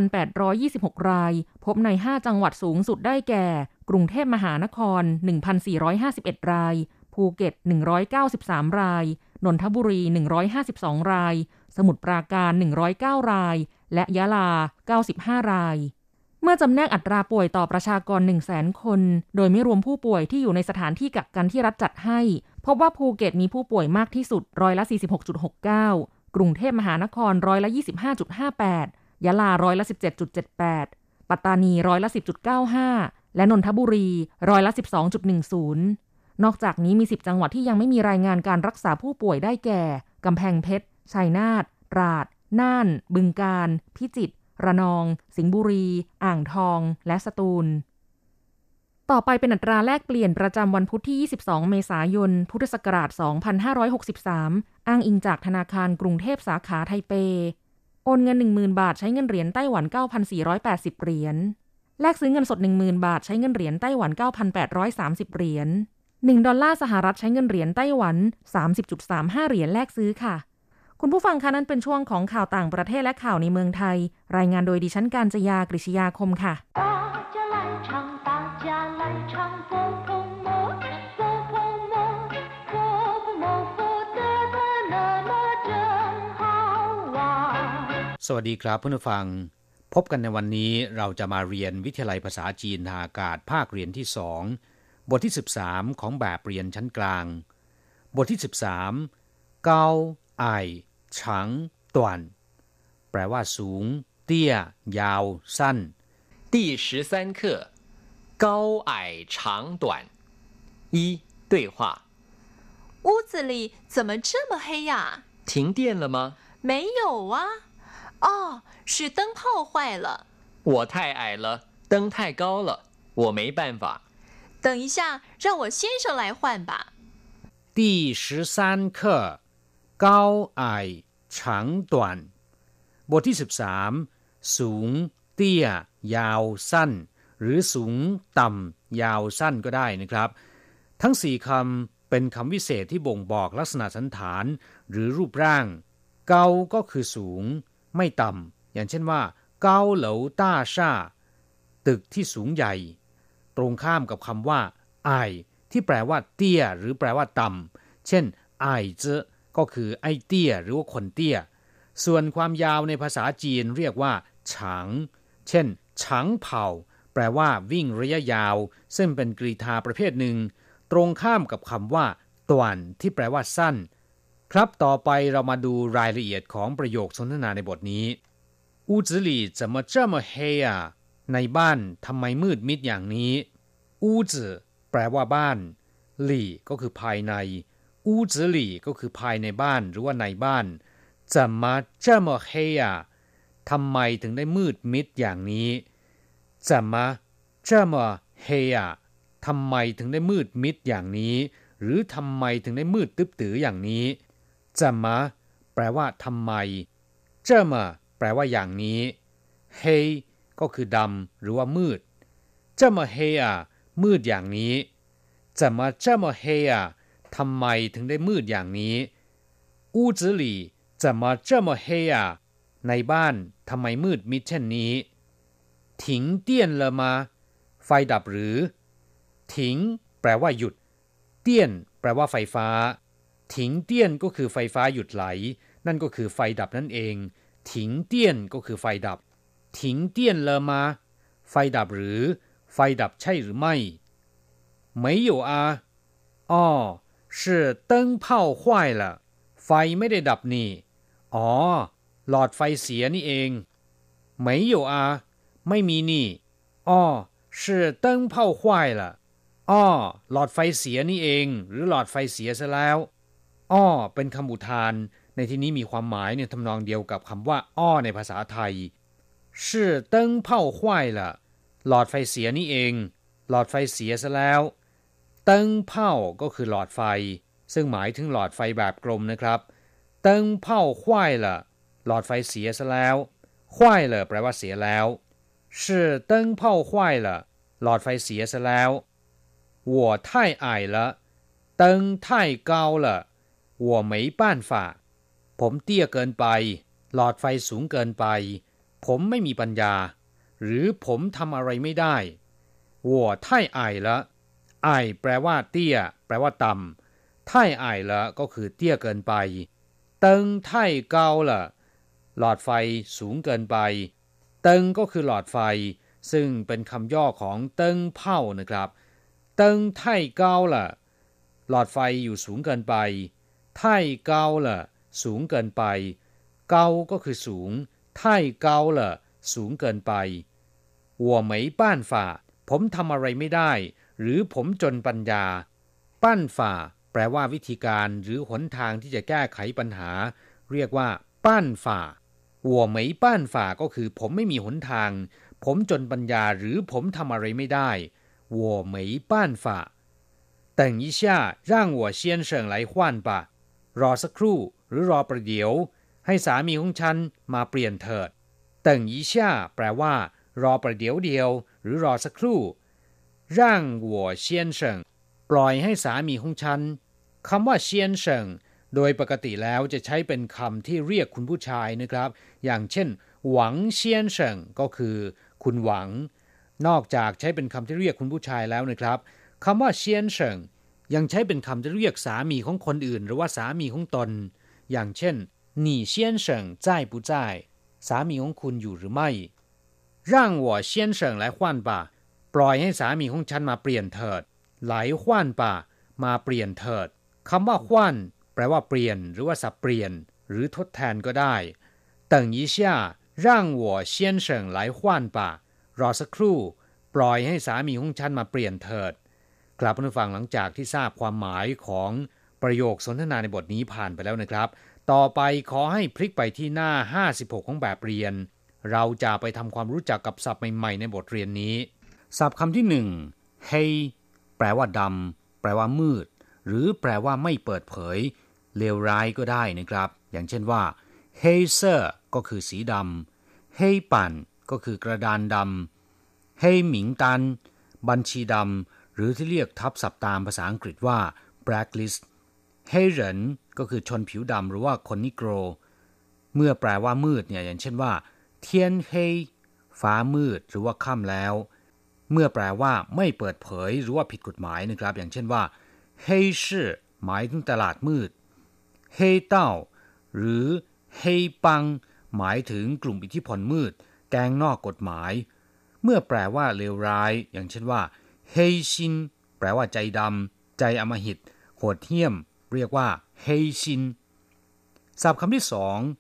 2,826 รายพบใน5 จังหวัดสูงสุดได้แก่กรุงเทพมหานคร 1,451 รายภูเก็ต193 รายนนทบุรี152 รายสมุทรปราการ109 รายและยะลา95 รายเมื่อจำแนกอัตราป่วยต่อประชากร 100,000 คนโดยไม่รวมผู้ป่วยที่อยู่ในสถานที่กักกันที่รัฐจัดให้พบว่าภูเก็ตมีผู้ป่วยมากที่สุด46.69%กรุงเทพมหานคร25.58%ยะลา17.78%ปัตตานี10.95%และนนทบุรี12.10%นอกจากนี้มี10 จังหวัดที่ยังไม่มีรายงานการรักษาผู้ป่วยได้แก่กำแพงเพชรชัยนาทตราดน่านบึงกาฬพิจิตรระนองสิงห์บุรีอ่างทองและสตูลต่อไปเป็นอัตราแลกเปลี่ยนประจำวันพุธที่22เมษายนพุทธศักราช2563อ้างอิงจากธนาคารกรุงเทพสาขาไทเปโอนเงิน 10,000 บาทใช้เงินเหรียญไต้หวัน 9,480 เหรียญแลกซื้อเงินสด 10,000 บาทใช้เงินเหรียญไต้หวัน 9,830 เหรียญ $1สหรัฐใช้เงินเหรียญไต้หวัน 30.35 เหรียญแลกซื้อค่ะคุณผู้ฟังคะนั้นเป็นช่วงของข่าวต่างประเทศและข่าวในเมืองไทยรายงานโดยดิฉันกาญจยากฤษยาคมค่ะสวัสดีครับเพื่อนผู้ฟังพบกันในวันนี้เราจะมาเรียนวิทยาลัยภาษาจีนทางอากาศภาคเรียนที่2บทที่13ของแบบเรียนชั้นกลางบทที่13เกาไอฉังต่วนแปลว่าสูงเตี้ยยาวสั้น第13课高矮长短一对话屋子里怎么这么黑呀？ 停电了吗？ 没有啊。哦，是灯泡坏了。 我太矮了，灯太高了，我没办法。 等一下，让我先生来换吧。 第13课高矮长短บทที่13สูงเตี้ยยาวสั้นหรือสูงต่ำยาวสั้นก็ได้นะครับทั้ง4คำเป็นคำวิเศษที่บ่งบอกลักษณะสันฐานหรือรูปร่างเกาก็คือสูงไม่ต่ำอย่างเช่นว่าเกาเหลาต้าช่าตึกที่สูงใหญ่ตรงข้ามกับคำว่าไอที่แปลว่าเตี้ยหรือแปลว่าต่ำเช่นไอเจ้ก็คือไอเตี้ยหรือว่าคนเตี้ยส่วนความยาวในภาษาจีนเรียกว่าฉางเช่นฉางเผ่าแปลว่าวิ่งระยะยาวซึ่งเป็นกรีธาประเภทหนึ่งตรงข้ามกับคำว่าต่วนที่แปลว่าสั้นครับต่อไปเรามาดูรายละเอียดของประโยคสนทนาในบทนี้屋子里怎么这么黑啊ในบ้านทำไมมืดมิดอย่างนี้屋子แปลว่าบ้านหลี่ก็คือภายใน屋子里ก็คือภายในบ้านหรือว่าในบ้าน怎么这么黑啊ทำไมถึงได้มืดมิดอย่างนี้怎么这么黑啊ทำไมถึงได้มืดมิดอย่างนี้หรือทำไมถึงได้มืดตึ๊บตื๋ออย่างนี้怎么แปลว่าทำไม这么แปลว่าอย่างนี้เฮก็คือดำหรือว่ามืด这么黑啊มืดอย่างนี้怎么这么黑啊ทำไมถึงได้มืดอย่างนี้屋子里怎么这么黑啊ในบ้านทำไมมืดมิดเช่นนี้停电了吗ไฟดับหรือถิงแปลว่าหยุดเตี้ยนแปลว่าไฟฟ้าถิงเตี้ยนก็คือไฟฟ้าหยุดไหลนั่นก็คือไฟดับนั่นเองถิงเตี้ยนก็คือไฟดับถิงเตี้ยน了吗ไฟดับหรือไฟดับใช่หรือไม่没有啊哦是灯泡坏了ไฟไม่ได้ดับนี่อ๋อหลอดไฟเสียนี่เอง没有啊ไม่มีนี่อ๋อ是灯泡坏了อ้อหลอดไฟเสียนี่เองหรือหลอดไฟเสียซะแล้วอ้อเป็นคำอุทานในที่นี้มีความหมายเนี่ยทำนองเดียวกับคำว่าอ้อในภาษาไทย是灯泡坏了หลอดไฟเสียนี่เองหลอดไฟเสียซะแล้วเติ้งเผ่าก็คือหลอดไฟซึ่งหมายถึงหลอดไฟแบบกลมนะครับเติ้งเผ่าควายละหลอดไฟเสียซะแล้วควายละแปลว่าเสียแล้ว是灯泡坏了หลอดไฟเสียซะแล้ว我太矮了灯太高了我没办法ผมเตี้ยเกินไปหลอดไฟสูงเกินไปผมไม่มีปัญญาหรือผมทำอะไรไม่ได้我太矮了ไอแปลว่าเตี้ยแปลว่าต่ำไท่ไอละก็คือเตี้ยเกินไปเติงไท่เกาละหลอดไฟสูงเกินไปเติงก็คือหลอดไฟซึ่งเป็นคำย่อของเติงเผ่านะครับเติงไท่เกาละหลอดไฟอยู่สูงเกินไปไท่เกาละสูงเกินไปเกาก็คือสูงไท่เกาละสูงเกินไป我没办法ผมทำอะไรไม่ได้หรือผมจนปัญญาปั้นฝ่าแปลว่าวิธีการหรือหนทางที่จะแก้ไขปัญหาเรียกว่าปั้นฝ่า我没办法ก็คือผมไม่มีหนทางผมจนปัญญาหรือผมทำอะไรไม่ได้我没办法等一下让我先生来换吧รอสักครู่หรือรอประเดี๋ยวให้สามีของฉันมาเปลี่ยนเถิด等一下แปลว่ารอประเดี๋ยวเดียวหรือรอสักครู่让我先生ปล่อยให้สามีของฉันคำว่าเซียนเฉิงโดยปกติแล้วจะใช้เป็นคำที่เรียกคุณผู้ชายนะครับอย่างเช่นหวังเซียนเฉิงก็คือคุณหวังนอกจากใช้เป็นคำที่เรียกคุณผู้ชายแล้วนะครับคำว่าเซียนเฉิงยังใช้เป็นคำที่เรียกสามีของคนอื่นหรือว่าสามีของตนอย่างเช่น你先生在不在สามีของคุณอยู่หรือไม่让我先生来换吧ปล่อยให้สามีของฉันมาเปลี่ยนเถิดไหล换吧มาเปลี่ยนเถิดคำว่า换แปลว่าเปลี่ยนหรือว่าสับเปลี่ยนหรือทดแทนก็ได้等一下让我先生来换吧รอสักครู่ปล่อยให้สามีของฉันมาเปลี่ยนเถิดกลับมาฟังหลังจากที่ทราบความหมายของประโยคสนทนาในบทนี้ผ่านไปแล้วนะครับต่อไปขอให้พลิกไปที่หน้า56ของแบบเรียนเราจะไปทำความรู้จักกับศัพท์ใหม่ๆในบทเรียนนี้ศัพท์คำที่1 Hey แปลว่าดำแปลว่ามืดหรือแปลว่าไม่เปิดเผยเลวร้ายก็ได้นะครับอย่างเช่นว่า Hey Sir ก็คือสีดำ Hey ปั่นก็คือกระดานดำ Hey หมิงตันบัญชีดำหรือที่เรียกทับศัพท์ตามภาษาอังกฤษว่า blacklist เฮเหรินก็คือชนผิวดำหรือว่าคนนิโกรเมื่อแปลว่ามืดเนี่ยอย่างเช่นว่าเทียนเฮฟ้ามืดหรือว่าค่ำแล้วเมื่อแปลว่าไม่เปิดเผยหรือว่าผิดกฎหมายนะครับอย่างเช่นว่าเฮชื่อหมายถึงตลาดมืดเฮเต้าหรือเฮปังหมายถึงกลุ่มอิทธิพลมืดแก๊งนอกกฎหมายเมื่อแปลว่าเลวร้ายอย่างเช่นว่าเฮชินแปลว่าใจดำใจอำมหิตโหดเหี้ยมเรียกว่าเฮชินศัพท์คำที่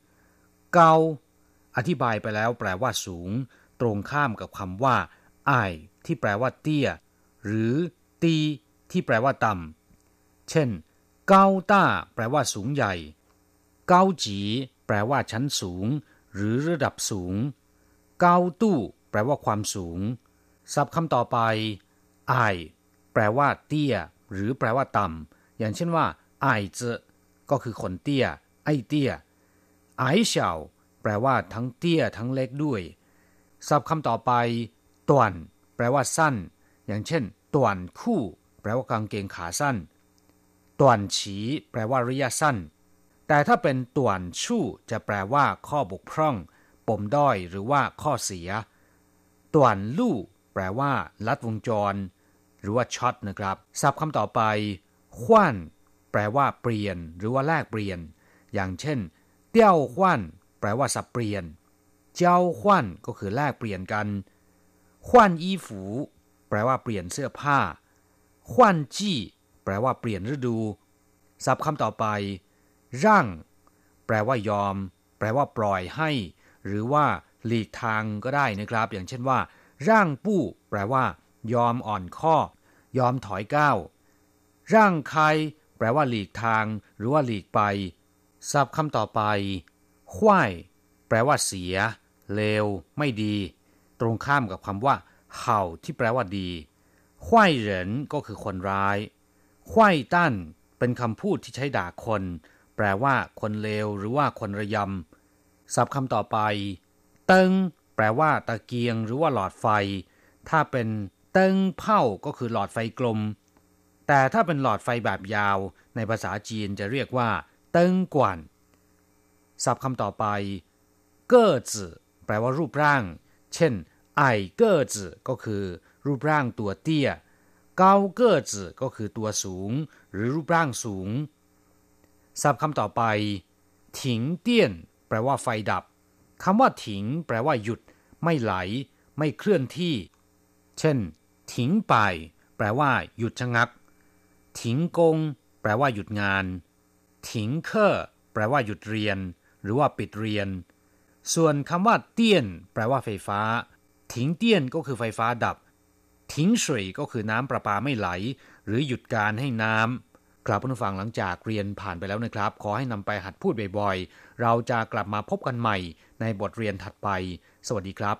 2เกาอธิบายไปแล้วแปลว่าสูงตรงข้ามกับคำว่าอ้ายที่แปลว่าเตี้ยหรือตีที่แปลว่าต่ำเช่นเกาต้าแปลว่าสูงใหญ่เกาจีแปลว่าชั้นสูงหรือระดับสูงเกาตู้แปลว่าความสูงศัพท์คำต่อไปอ้ายแปลว่าเตี้ยหรือแปลว่าต่ำอย่างเช่นว่าอ้ายเจก็คือคนเตี้ยไอ้เตี้ยอ้ายเฉาแปลว่าทั้งเตี้ยทั้งเล็กด้วยศัพท์คำต่อไปต่วนแปลว่าสั้นอย่างเช่นต่วนคู่แปลว่ากางเกงขาสั้นต่วนฉีแปลว่าระยะสั้นแต่ถ้าเป็นต่วนชู่จะแปลว่าข้อบกพร่องปมด้อยหรือว่าข้อเสียต่วนลู่แปลว่าลัดวงจรหรือว่าช็อตนะครับศัพท์คำต่อไปขว้านแปลว่าเปลี่ยนหรือว่าแลกเปลี่ยนอย่างเช่นเตี้ยวขว้านแปลว่าสับเปลี่ยนเจ้าขว้านก็คือแลกเปลี่ยนกันขว้านอีฝูแปลว่าเปลี่ยนเสื้อผ้าขว้านจี้แปลว่าเปลี่ยนฤดูศัพท์คำต่อไปร่างแปลว่ายอมแปลว่าปล่อยให้หรือว่าหลีกทางก็ได้นะครับอย่างเช่นว่าร่างปู้แปลว่ายอมอ่อนข้อยอมถอยก้าวร่างใครแปลว่าหลีกทางหรือว่าหลีกไปศัพท์คำต่อไปขว้ายแปลว่าเสียเลวไม่ดีตรงข้ามกับคำว่าเห่าที่แปลว่าดีขว้ายเหรินก็คือคนร้ายขว้ายตั้นเป็นคำพูดที่ใช้ด่าคนแปลว่าคนเลวหรือว่าคนระยำศัพท์คำต่อไปเติงแปลว่าตะเกียงหรือว่าหลอดไฟถ้าเป็นเติงเผ่าก็คือหลอดไฟกลมแต่ถ้าเป็นหลอดไฟแบบยาวในภาษาจีนจะเรียกว่าเติงกวนศัพท์คำต่อไปเก้อจื่อแปลว่ารูปร่างเช่นไอ้เก้อจื่อก็คือรูปร่างตัวเตี้ยเกาเก้อจื่อก็คือตัวสูงหรือรูปร่างสูงศัพท์คำต่อไปถิงเตี้ยนแปลว่าไฟดับคำว่าถิงแปลว่าหยุดไม่ไหลไม่เคลื่อนที่เช่นถิงไปแปลว่าหยุดชะงักถิงกงแปลว่าหยุดงานถิงเคอแปลว่าหยุดเรียนหรือว่าปิดเรียนส่วนคำว่าเตี้ยนแปลว่าไฟฟ้าถิงเตี้ยนก็คือไฟฟ้าดับถิงสวยก็คือน้ำประปาไม่ไหลหรือหยุดการให้น้ำครับผู้ฟังหลังจากเรียนผ่านไปแล้วนะครับขอให้นำไปหัดพูดบ่อยๆเราจะกลับมาพบกันใหม่ในบทเรียนถัดไปสวัสดีครับ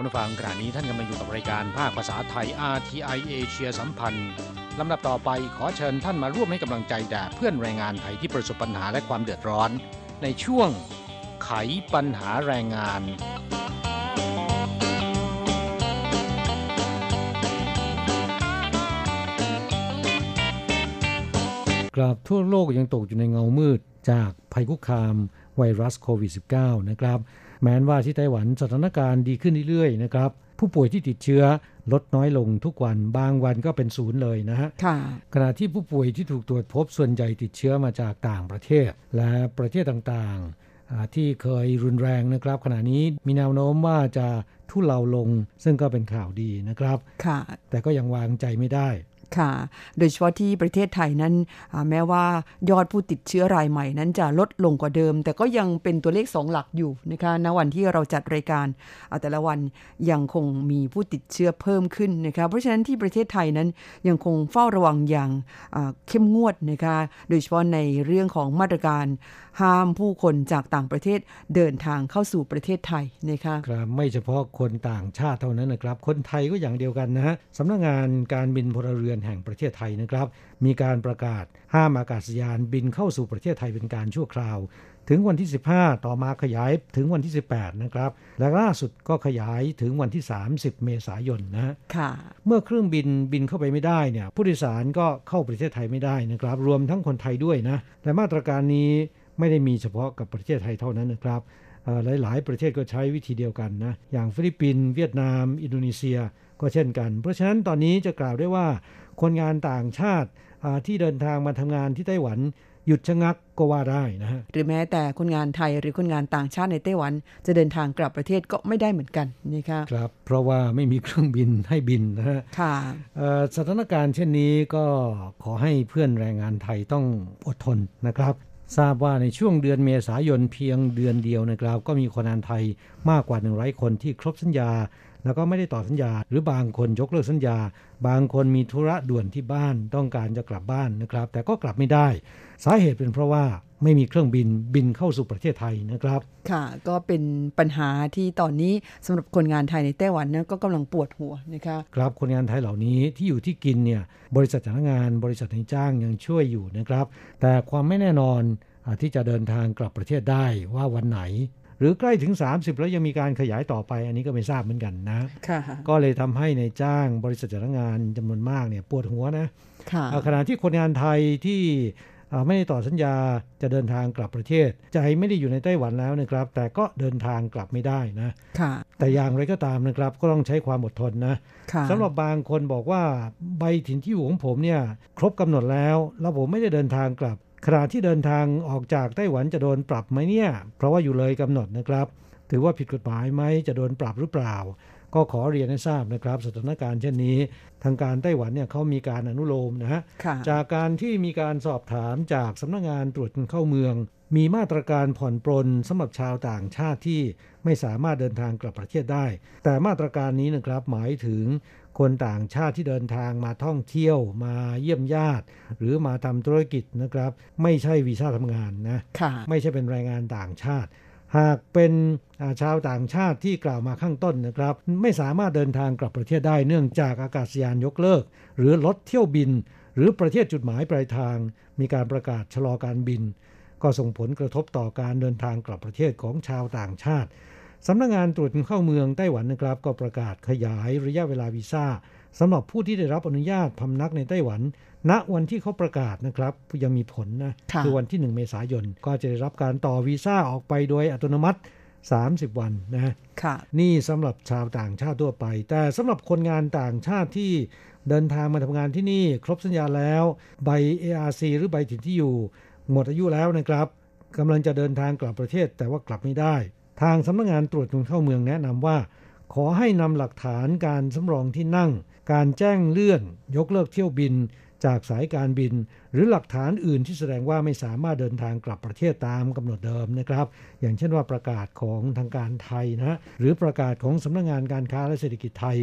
ผู้ฟังขณะนี้ท่านกำลังอยู่กับรายการภาคภาษาไทย RTI เอเชียสัมพันธ์ลำดับต่อไปขอเชิญท่านมาร่วมให้กำลังใจแด่เพื่อนแรงงานไทยที่ประสบปัญหาและความเดือดร้อนในช่วงไขปัญหาแรงงานกราบทั่วโลกยังตกอยู่ในเงามืดจากภัยคุกคามไวรัสโควิด -19 นะครับแม้ว่าที่ไต้หวันสถานการณ์ดีขึ้นเรื่อยๆนะครับผู้ป่วยที่ติดเชื้อลดน้อยลงทุกวันบางวันก็เป็นศูนย์เลยนะฮะขณะที่ผู้ป่วยที่ถูกตรวจพบส่วนใหญ่ติดเชื้อมาจากต่างประเทศและประเทศต่างๆที่เคยรุนแรงนะครับขณะนี้มีแนวโน้มว่าจะทุเลาลงซึ่งก็เป็นข่าวดีนะครับแต่ก็ยังวางใจไม่ได้ค่ะโดยเฉพาะที่ประเทศไทยนั้นแม้ว่ายอดผู้ติดเชื้อรายใหม่นั้นจะลดลงกว่าเดิมแต่ก็ยังเป็นตัวเลข2หลักอยู่นะคะณวันที่เราจัดรายการแต่ละวันยังคงมีผู้ติดเชื้อเพิ่มขึ้นนะคะเพราะฉะนั้นที่ประเทศไทยนั้นยังคงเฝ้าระวังอย่างเข้มงวดนะคะโดยเฉพาะในเรื่องของมาตรการห้ามผู้คนจากต่างประเทศเดินทางเข้าสู่ประเทศไทยนะคะครับไม่เฉพาะคนต่างชาติเท่านั้นนะครับคนไทยก็อย่างเดียวกันนะฮะสำนักงานการบินพลเรือนแห่งประเทศไทยนะครับมีการประกาศห้ามอากาศยานบินเข้าสู่ประเทศไทยเป็นการชั่วคราวถึงวันที่15ต่อมาขยายถึงวันที่18นะครับและล่าสุดก็ขยายถึงวันที่30เมษายนนะค่ะเมื่อเครื่องบินเข้าไปไม่ได้เนี่ยผู้โดยสารก็เข้าประเทศไทยไม่ได้นะครับรวมทั้งคนไทยด้วยนะและมาตรการนี้ไม่ได้มีเฉพาะกับประเทศไทยเท่านั้นนะครับหลายๆประเทศก็ใช้วิธีเดียวกันนะอย่างฟิลิปปินส์เวียดนามอินโดนีเซียก็เช่นกันเพราะฉะนั้นตอนนี้จะกล่าวได้ว่าคนงานต่างชาติที่เดินทางมาทำงานที่ไต้หวันหยุดชะงักก็ว่าได้นะฮะหรือแม้แต่คนงานไทยหรือคนงานต่างชาติในไต้หวันจะเดินทางกลับประเทศก็ไม่ได้เหมือนกันนะคะครับเพราะว่าไม่มีเครื่องบินให้บินนะฮะค่ะสถานการณ์เช่นนี้ก็ขอให้เพื่อนแรงงานไทยต้องอดทนนะครับทราบว่าในช่วงเดือนเมษายนเพียงเดือนเดียวนะครับก็มีคนงานไทยมากกว่า100คนที่ครบสัญญาแล้วก็ไม่ได้ต่อสัญญาหรือบางคนยกเลิกสัญญาบางคนมีธุระด่วนที่บ้านต้องการจะกลับบ้านนะครับแต่ก็กลับไม่ได้สาเหตุเป็นเพราะว่าไม่มีเครื่องบินเข้าสู่ประเทศไทยนะครับค่ะก็เป็นปัญหาที่ตอนนี้สำหรับคนงานไทยในไต้หวันนะก็กำลังปวดหัวนะคะครับคนงานไทยเหล่านี้ที่อยู่ที่กินเนี่ยบริษัทจ้างงานบริษัทนายจ้างยังช่วยอยู่นะครับแต่ความไม่แน่นอนที่จะเดินทางกลับประเทศได้ว่าวันไหนหรือใกล้ถึง30แล้วยังมีการขยายต่อไปอันนี้ก็ไม่ทราบเหมือนกันนะก็เลยทำให้นายจ้างบริษัทจ้างงานจำนวนมากเนี่ยปวดหัวนะขณะที่คนงานไทยที่ไม่ได้ต่อสัญญาจะเดินทางกลับประเทศใจไม่ได้อยู่ในไต้หวันแล้วนะครับแต่ก็เดินทางกลับไม่ได้นะแต่อย่างไรก็ตามนะครับก็ต้องใช้ความอดทนนะสำหรับบางคนบอกว่าใบถิ่นที่อยู่ของผมเนี่ยครบกำหนดแล้วผมไม่ได้เดินทางกลับขณะที่เดินทางออกจากไต้หวันจะโดนปรับไหมเนี่ยเพราะว่าอยู่เลยกำหนดนะครับถือว่าผิดกฎหมายไหมจะโดนปรับหรือเปล่าก็ขอเรียนให้ทราบนะครับสถานการณ์เช่นนี้ทางการไต้หวันเนี่ยเขามีการอนุโลมนะฮะจากการที่มีการสอบถามจากสำนักงานตรวจคนเข้าเมืองมีมาตรการผ่อนปรนสำหรับชาวต่างชาติที่ไม่สามารถเดินทางกลับประเทศได้แต่มาตรการนี้นะครับหมายถึงคนต่างชาติที่เดินทางมาท่องเที่ยวมาเยี่ยมญาติหรือมาทำธุรกิจนะครับไม่ใช่วีซ่าทำงานนะไม่ใช่เป็นแรงงานต่างชาติหากเป็นชาวต่างชาติที่กล่าวมาข้างต้นนะครับไม่สามารถเดินทางกลับประเทศได้เนื่องจากอากาศยานยกเลิกหรือลดเที่ยวบินหรือประเทศจุดหมายปลายทางมีการประกาศชะลอการบินก็ส่งผลกระทบต่อการเดินทางกลับประเทศของชาวต่างชาติสำนักงานตรวจคนเข้าเมืองไต้หวันนะครับก็ประกาศขยายระยะเวลาวีซ่าสำหรับผู้ที่ได้รับอนุญาตพำนักในไต้หวันณวันที่เขาประกาศนะครับยังมีผลนะคือวันที่1เมษายนก็จะได้รับการต่อวีซ่าออกไปโดยอัตโนมัติ30วันนะนี่สำหรับชาวต่างชาติทั่วไปแต่สำหรับคนงานต่างชาติที่เดินทางมาทำงานที่นี่ครบสัญญาแล้วใบ ARC หรือใบถิ่นที่อยู่หมดอายุแล้วนะครับกำลังจะเดินทางกลับประเทศแต่ว่ากลับไม่ได้ทางสำนักงานตรวจคนเข้าเมืองแนะนำว่าขอให้นำหลักฐานการสำรองที่นั่งการแจ้งเลื่อนยกเลิกเที่ยวบินจากสายการบินหรือหลักฐานอื่นที่แสดงว่าไม่สามารถเดินทางกลับประเทศตามกำหนดเดิมนะครับอย่างเช่นว่าประกาศของทางการไทยนะหรือประกาศของสำนักงานการค้าและเศรษฐกิจไทย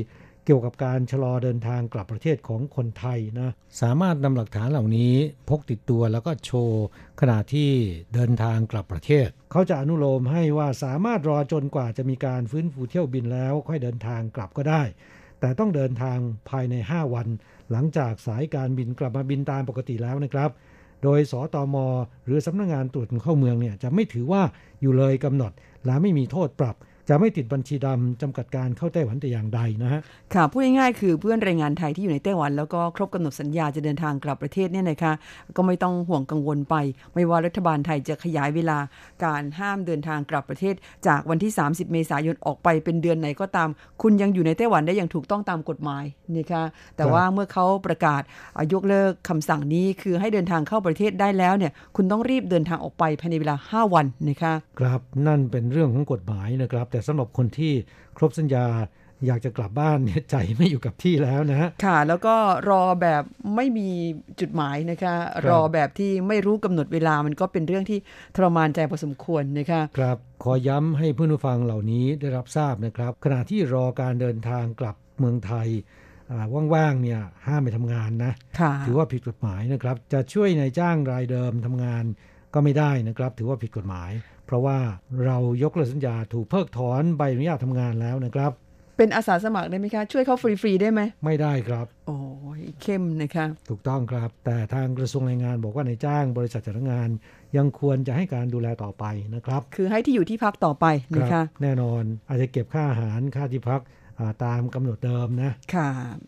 เกี่ยวกับการชะลอเดินทางกลับประเทศของคนไทยนะสามารถนำหลักฐานเหล่านี้พกติดตัวแล้วก็โชว์ขณะที่เดินทางกลับประเทศเขาจะอนุโลมให้ว่าสามารถรอจนกว่าจะมีการฟื้นฟูเที่ยวบินแล้วค่อยเดินทางกลับก็ได้แต่ต้องเดินทางภายใน5วันหลังจากสายการบินกลับมาบินตามปกติแล้วนะครับโดยสตม.หรือสำนักงานตรวจคนเข้าเมืองเนี่ยจะไม่ถือว่าอยู่เลยกำหนดและไม่มีโทษปรับจะไม่ติดบัญชีดำจำกัดการเข้าไต้หวันแต่อย่างใดนะฮะค่ะพูดง่ายๆคือเพื่อนแรงงานไทยที่อยู่ในไต้หวันแล้วก็ครบกำหนดสัญญาจะเดินทางกลับประเทศเนี่ยนะคะก็ไม่ต้องห่วงกังวลไปไม่ว่ารัฐบาลไทยจะขยายเวลาการห้ามเดินทางกลับประเทศจากวันที่30เมษายนออกไปเป็นเดือนไหนก็ตามคุณยังอยู่ในไต้หวันได้อย่างถูกต้องตามกฎหมายนะคะแต่ว่าเมื่อเขาประกาศยกเลิกคำสั่งนี้คือให้เดินทางเข้าประเทศได้แล้วเนี่ยคุณต้องรีบเดินทางออกไปภายในเวลา5วันนะคะครับนั่นเป็นเรื่องของกฎหมายนะครับแต่สำหรับคนที่ครบสัญญาอยากจะกลับบ้านเนี่ยใจไม่อยู่กับที่แล้วนะค่ะแล้วก็รอแบบไม่มีจุดหมายนะคะรอแบบที่ไม่รู้กำหนดเวลามันก็เป็นเรื่องที่ทรมานใจพอสมควรนะคะครับขอย้ำให้ผู้ฟังเหล่านี้ได้รับทราบนะครับขณะที่รอการเดินทางกลับเมืองไทยว่างๆเนี่ยห้ามไปทำงานนะถือว่าผิดกฎหมายนะครับจะช่วยนายจ้างรายเดิมทำงานก็ไม่ได้นะครับถือว่าผิดกฎหมายเพราะว่าเรายกเลิกสัญญาถูกเพิกถอนใบอนุญาตทำงานแล้วนะครับเป็นอาสาสมัครได้ไหมคะช่วยเขาฟรีๆได้ไหมไม่ได้ครับโอ้ยเข้มนะคะถูกต้องครับแต่ทางกระทรวงแรงงานบอกว่านายจ้างบริษัทจัดงานยังควรจะให้การดูแลต่อไปนะครับคือให้ที่อยู่ที่พักต่อไปนะคะแน่นอนอาจจะเก็บค่าอาหารค่าที่พักตามกำหนดเดิมนะค่ะ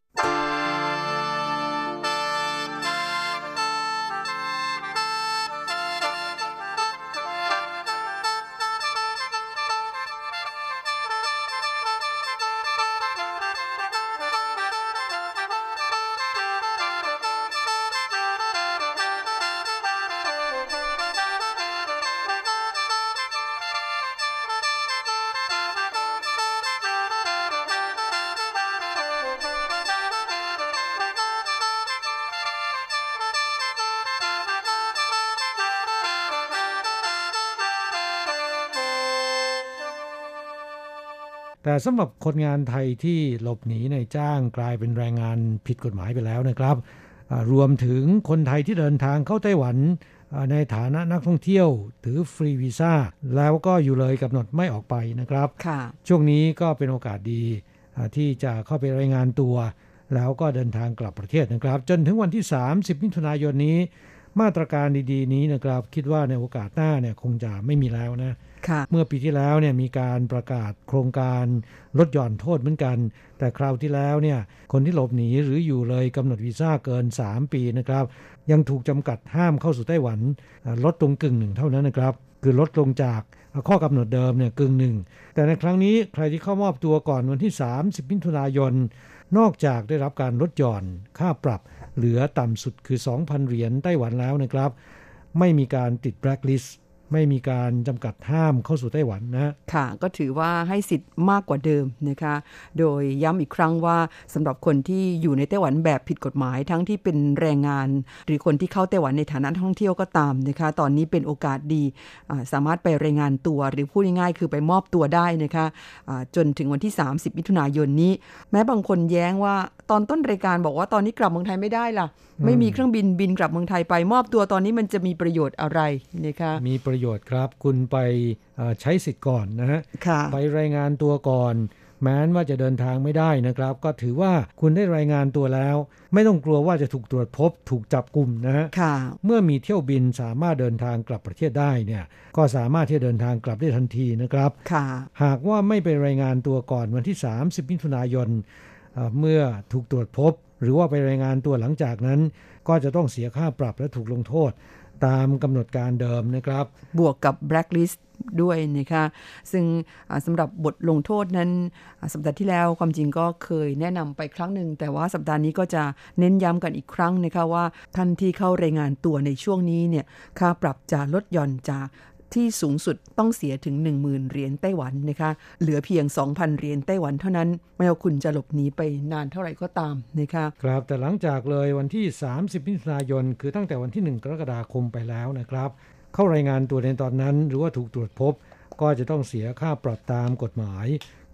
แต่สำหรับคนงานไทยที่หลบหนีนายจ้างกลายเป็นแรงงานผิดกฎหมายไปแล้วนะครับรวมถึงคนไทยที่เดินทางเข้าไต้หวันในฐานะนักท่องเที่ยวถือฟรีวีซ่าแล้วก็อยู่เลยกำหนดไม่ออกไปนะครับช่วงนี้ก็เป็นโอกาสดีที่จะเข้าไปรายงานตัวแล้วก็เดินทางกลับประเทศนะครับจนถึงวันที่30มิถุนายนนี้มาตรการดีๆนี้นะครับคิดว่าในโอกาสหน้าเนี่ยคงจะไม่มีแล้วนะเมื่อปีที่แล้วเนี่ยมีการประกาศโครงการลดหย่อนโทษเหมือนกันแต่คราวที่แล้วเนี่ยคนที่หลบหนีหรืออยู่เลยกำหนดวีซ่าเกิน3ปีนะครับยังถูกจำกัดห้ามเข้าสู่ไต้หวันลดลงกึ่งหนึ่งเท่านั้นนะครับคือลดลงจากข้อกำหนดเดิมเนี่ยกึ่งหนึ่งแต่ในครั้งนี้ใครที่เข้ามอบตัวก่อนวันที่30มิถุนายนนอกจากได้รับการลดหย่อนค่าปรับเหลือต่ำสุดคือ 2,000 เหรียญไต้หวันแล้วนะครับไม่มีการติดแบล็คลิสต์ไม่มีการจำกัดห้ามเข้าสู่ไต้หวันนะค่ะก็ถือว่าให้สิทธิ์มากกว่าเดิมนะคะโดยย้ำอีกครั้งว่าสำหรับคนที่อยู่ในไต้หวันแบบผิดกฎหมายทั้งที่เป็นแรงงานหรือคนที่เข้าไต้หวันในฐานะท่องเที่ยวก็ตามนะคะตอนนี้เป็นโอกาสดีสามารถไปรายงานตัวหรือพูดง่ายๆคือไปมอบตัวได้นะคะจนถึงวันที่30มิถุนายนนี้แม้บางคนแย้งว่าตอนต้นรายการบอกว่าตอนนี้กลับเมืองไทยไม่ได้ล่ะไม่มีเครื่องบินกลับเมืองไทยไปมอบตัวตอนนี้มันจะมีประโยชน์อะไรนะคะมีประโยชน์ครับคุณไปใช้สิทธิ์ก่อนนะฮะไปรายงานตัวก่อนแม้ว่าจะเดินทางไม่ได้นะครับก็ถือว่าคุณได้รายงานตัวแล้วไม่ต้องกลัวว่าจะถูกตรวจพบถูกจับกุมนะฮะเมื่อมีเที่ยวบินสามารถเดินทางกลับประเทศได้เนี่ยก็สามารถที่จะเดินทางกลับได้ทันทีนะครับหากว่าไม่ไปรายงานตัวก่อนวันที่30มิถุนายนเมื่อถูกตรวจพบหรือว่าไปรายงานตัวหลังจากนั้นก็จะต้องเสียค่าปรับและถูกลงโทษตามกำหนดการเดิมนะครับบวกกับแบล็คลิสต์ด้วยนะคะซึ่งสำหรับบทลงโทษนั้นสัปดาห์ที่แล้วความจริงก็เคยแนะนำไปครั้งหนึ่งแต่ว่าสัปดาห์นี้ก็จะเน้นย้ำกันอีกครั้งนะคะว่าท่านที่เข้ารายงานตัวในช่วงนี้เนี่ยค่าปรับจะลดหย่อนจากที่สูงสุดต้องเสียถึง 10,000 เหรียญไต้หวันนะคะเหลือเพียง 2,000 เหรียญไต้หวันเท่านั้นไม่ว่าคุณจะหลบหนีไปนานเท่าไหร่ก็ตามนะคะครับแต่หลังจากเลยวันที่30มิถุนายนคือตั้งแต่วันที่1กรกฎาคมไปแล้วนะครับเข้ารายงานตัวในตอนนั้นหรือว่าถูกตรวจพบก็จะต้องเสียค่าปรับตามกฎหมาย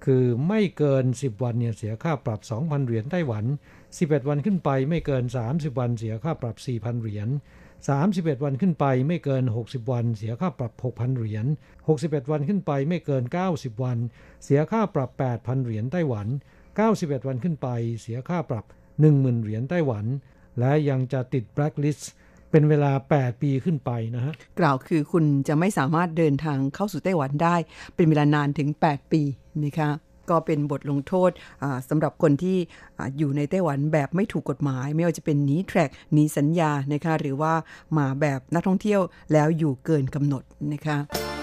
คือไม่เกิน10วันเนี่ยเสียค่าปรับ 2,000 เหรียญไต้หวัน11วันขึ้นไปไม่เกิน30วันเสียค่าปรับ 4,000 เหรียญ31วันขึ้นไปไม่เกิน60วันเสียค่าปรับ 6,000 เหรียญ61วันขึ้นไปไม่เกิน90วันเสียค่าปรับ 8,000 เหรียญไต้หวัน91วันขึ้นไปเสียค่าปรับ 10,000 เหรียญไต้หวันและยังจะติด blacklist เป็นเวลา8ปีขึ้นไปนะฮะกล่าวคือคุณจะไม่สามารถเดินทางเข้าสู่ไต้หวันได้เป็นเวลานานถึง8ปีนะคะก็เป็นบทลงโทษสำหรับคนที่อยู่ในไต้หวันแบบไม่ถูกกฎหมายไม่ว่าจะเป็นหนีแทร็กหนีสัญญานะคะหรือว่ามาแบบนักท่องเที่ยวแล้วอยู่เกินกำหนดนะคะ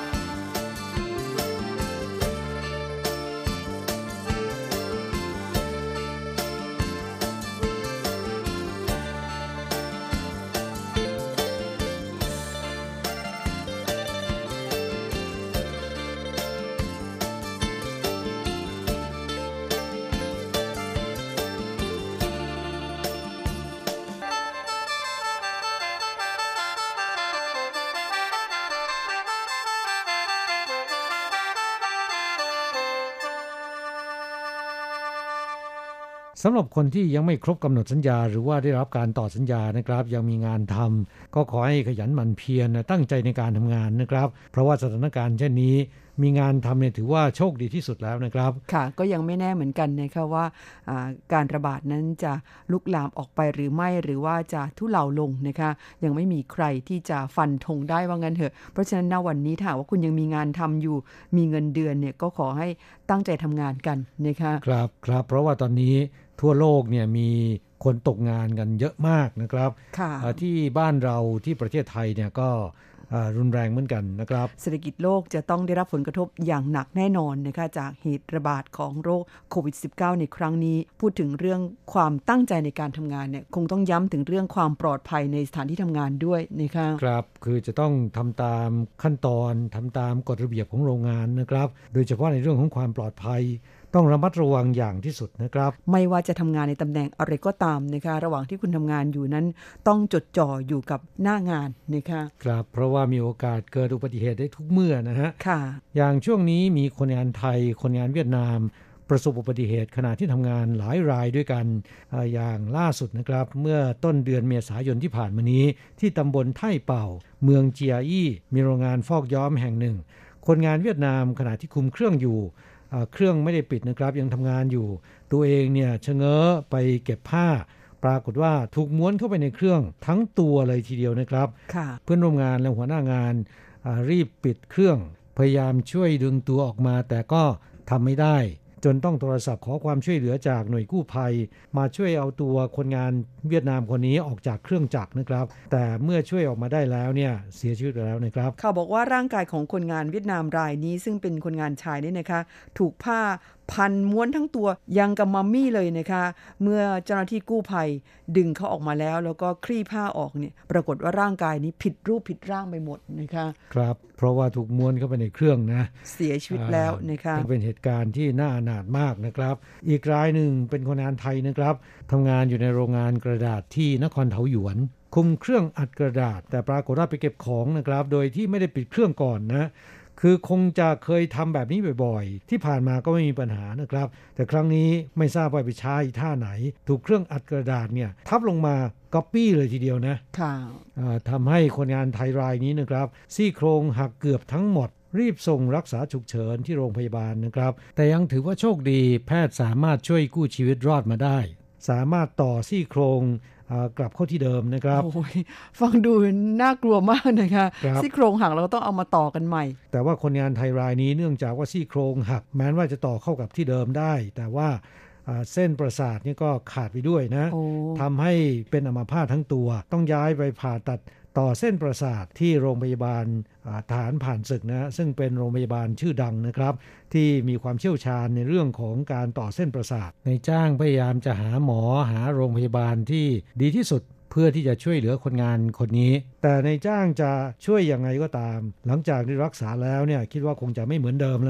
สำหรับคนที่ยังไม่ครบกำหนดสัญญาหรือว่าได้รับการต่อสัญญานะครับยังมีงานทำก็ขอให้ขยันหมั่นเพียรตั้งใจในการทำงานนะครับเพราะว่าสถานการณ์เช่นนี้มีงานทำเนี่ยถือว่าโชคดีที่สุดแล้วนะครับค่ะก็ยังไม่แน่เหมือนกันนะคะว่าการระบาดนั้นจะลุกลามออกไปหรือไม่หรือว่าจะทุเลาลงนะคะยังไม่มีใครที่จะฟันธงได้ว่างั้นเถอะเพราะฉะนั้นณวันนี้ถ้าว่าคุณยังมีงานทำอยู่มีเงินเดือนเนี่ยก็ขอให้ตั้งใจทำงานกันนะคะครับเพราะว่าตอนนี้ทั่วโลกเนี่ยมีคนตกงานกันเยอะมากนะครับที่บ้านเราที่ประเทศไทยเนี่ยก็รุนแรงเหมือนกันนะครับเศรษฐกิจโลกจะต้องได้รับผลกระทบอย่างหนักแน่นอนนะคะจากเหตุระบาดของโรคโควิด -19 ในครั้งนี้พูดถึงเรื่องความตั้งใจในการทำงานเนี่ยคงต้องย้ำถึงเรื่องความปลอดภัยในสถานที่ทำงานด้วยนะคะครับคือจะต้องทำตามขั้นตอนทำตามกฎระเบียบของโรงงานนะครับโดยเฉพาะในเรื่องของความปลอดภัยต้องระมัดระวังอย่างที่สุดนะครับไม่ว่าจะทำงานในตำแหน่งอะไรก็ตามนะคะระหว่างที่คุณทำงานอยู่นั้นต้องจดจ่ออยู่กับหน้างานนะคะครับเพราะว่ามีโอกาสเกิดอุบัติเหตุได้ทุกเมื่อนะฮะค่ะอย่างช่วงนี้มีคนงานไทยคนงานเวียดนามประสบอุบัติเหตุขณะที่ทำงานหลายรายด้วยกันอย่างล่าสุดนะครับเมื่อต้นเดือนเมษายนที่ผ่านมานี้ที่ตำบลไท่เป่าเมืองเจียอี้มีโรงงานฟอกย้อมแห่งหนึ่งคนงานเวียดนามขณะที่คุมเครื่องอยู่เครื่องไม่ได้ปิดนะครับยังทำงานอยู่ตัวเองเนี่ยชะเง้อไปเก็บผ้าปรากฏว่าถูกม้วนเข้าไปในเครื่องทั้งตัวเลยทีเดียวนะครับเพื่อนร่วมงานและหัวหน้างานรีบปิดเครื่องพยายามช่วยดึงตัวออกมาแต่ก็ทำไม่ได้จนต้องโทรศัพท์ขอความช่วยเหลือจากหน่วยกู้ภัยมาช่วยเอาตัวคนงานเวียดนามคนนี้ออกจากเครื่องจักรนะครับแต่เมื่อช่วยออกมาได้แล้วเนี่ยเสียชีวิตแล้วนะครับเขาบอกว่าร่างกายของคนงานเวียดนามรายนี้ซึ่งเป็นคนงานชายนี่นะคะถูกผ้าพันม้วนทั้งตัวยังกับมัมมี่เลยนะคะเมื่อเจ้าหน้าที่กู้ภัยดึงเขาออกมาแล้วก็คลี่ผ้าออกเนี่ยปรากฏว่าร่างกายนี้ผิดรูปผิดร่างไปหมดนะคะครับเพราะว่าถูกม้วนเข้าไปในเครื่องนะเสียชีวิตแล้วนะคะเป็นเหตุการณ์ที่น่าอนาถมากนะครับอีกรายหนึ่งเป็นคนงานไทยนะครับทำงานอยู่ในโรงงานกระดาษที่นครเทาหยวนคุมเครื่องอัดกระดาษแต่ปรากฏว่าไปเก็บของนะครับโดยที่ไม่ได้ปิดเครื่องก่อนนะคือคงจะเคยทำแบบนี้บ่อยๆที่ผ่านมาก็ไม่มีปัญหานะครับแต่ครั้งนี้ไม่ทราบว่าไปใช้ท่าไหนถูกเครื่องอัดกระดาษเนี่ยทับลงมาก๊อปปี้เลยทีเดียวนะค่ะทำให้คนงานไทยรายนี้นะครับซี่โครงหักเกือบทั้งหมดรีบส่งรักษาฉุกเฉินที่โรงพยาบาลนะครับแต่ยังถือว่าโชคดีแพทย์สามารถช่วยกู้ชีวิตรอดมาได้สามารถต่อซี่โครงกลับเข้าที่เดิมนะครับฟังดูน่ากลัวมากนะคะซี่โครงหักเราต้องเอามาต่อกันใหม่แต่ว่าคนงานไทยรายนี้เนื่องจากว่าซี่โครงหักแม้ว่าจะต่อเข้ากับที่เดิมได้แต่ว่าเส้นประสาทนี่ก็ขาดไปด้วยนะทำให้เป็นอัมพาตทั้งตัวต้องย้ายไปผ่าตัดต่อเส้นประสาทที่โรงพยาบาลทหารผ่านศึกนะซึ่งเป็นโรงพยาบาลชื่อดังนะครับที่มีความเชี่ยวชาญในเรื่องของการต่อเส้นประสาทในจ้างพยายามจะหาหมอหาโรงพยาบาลที่ดีที่สุดเพื่อที่จะช่วยเหลือคนงานคนนี้แต่ในจ้างจะช่วยยังไงก็ตามหลังจากได้รักษาแล้วเนี่ยคิดว่าคงจะไม่เหมือนเดิมแล้วนะ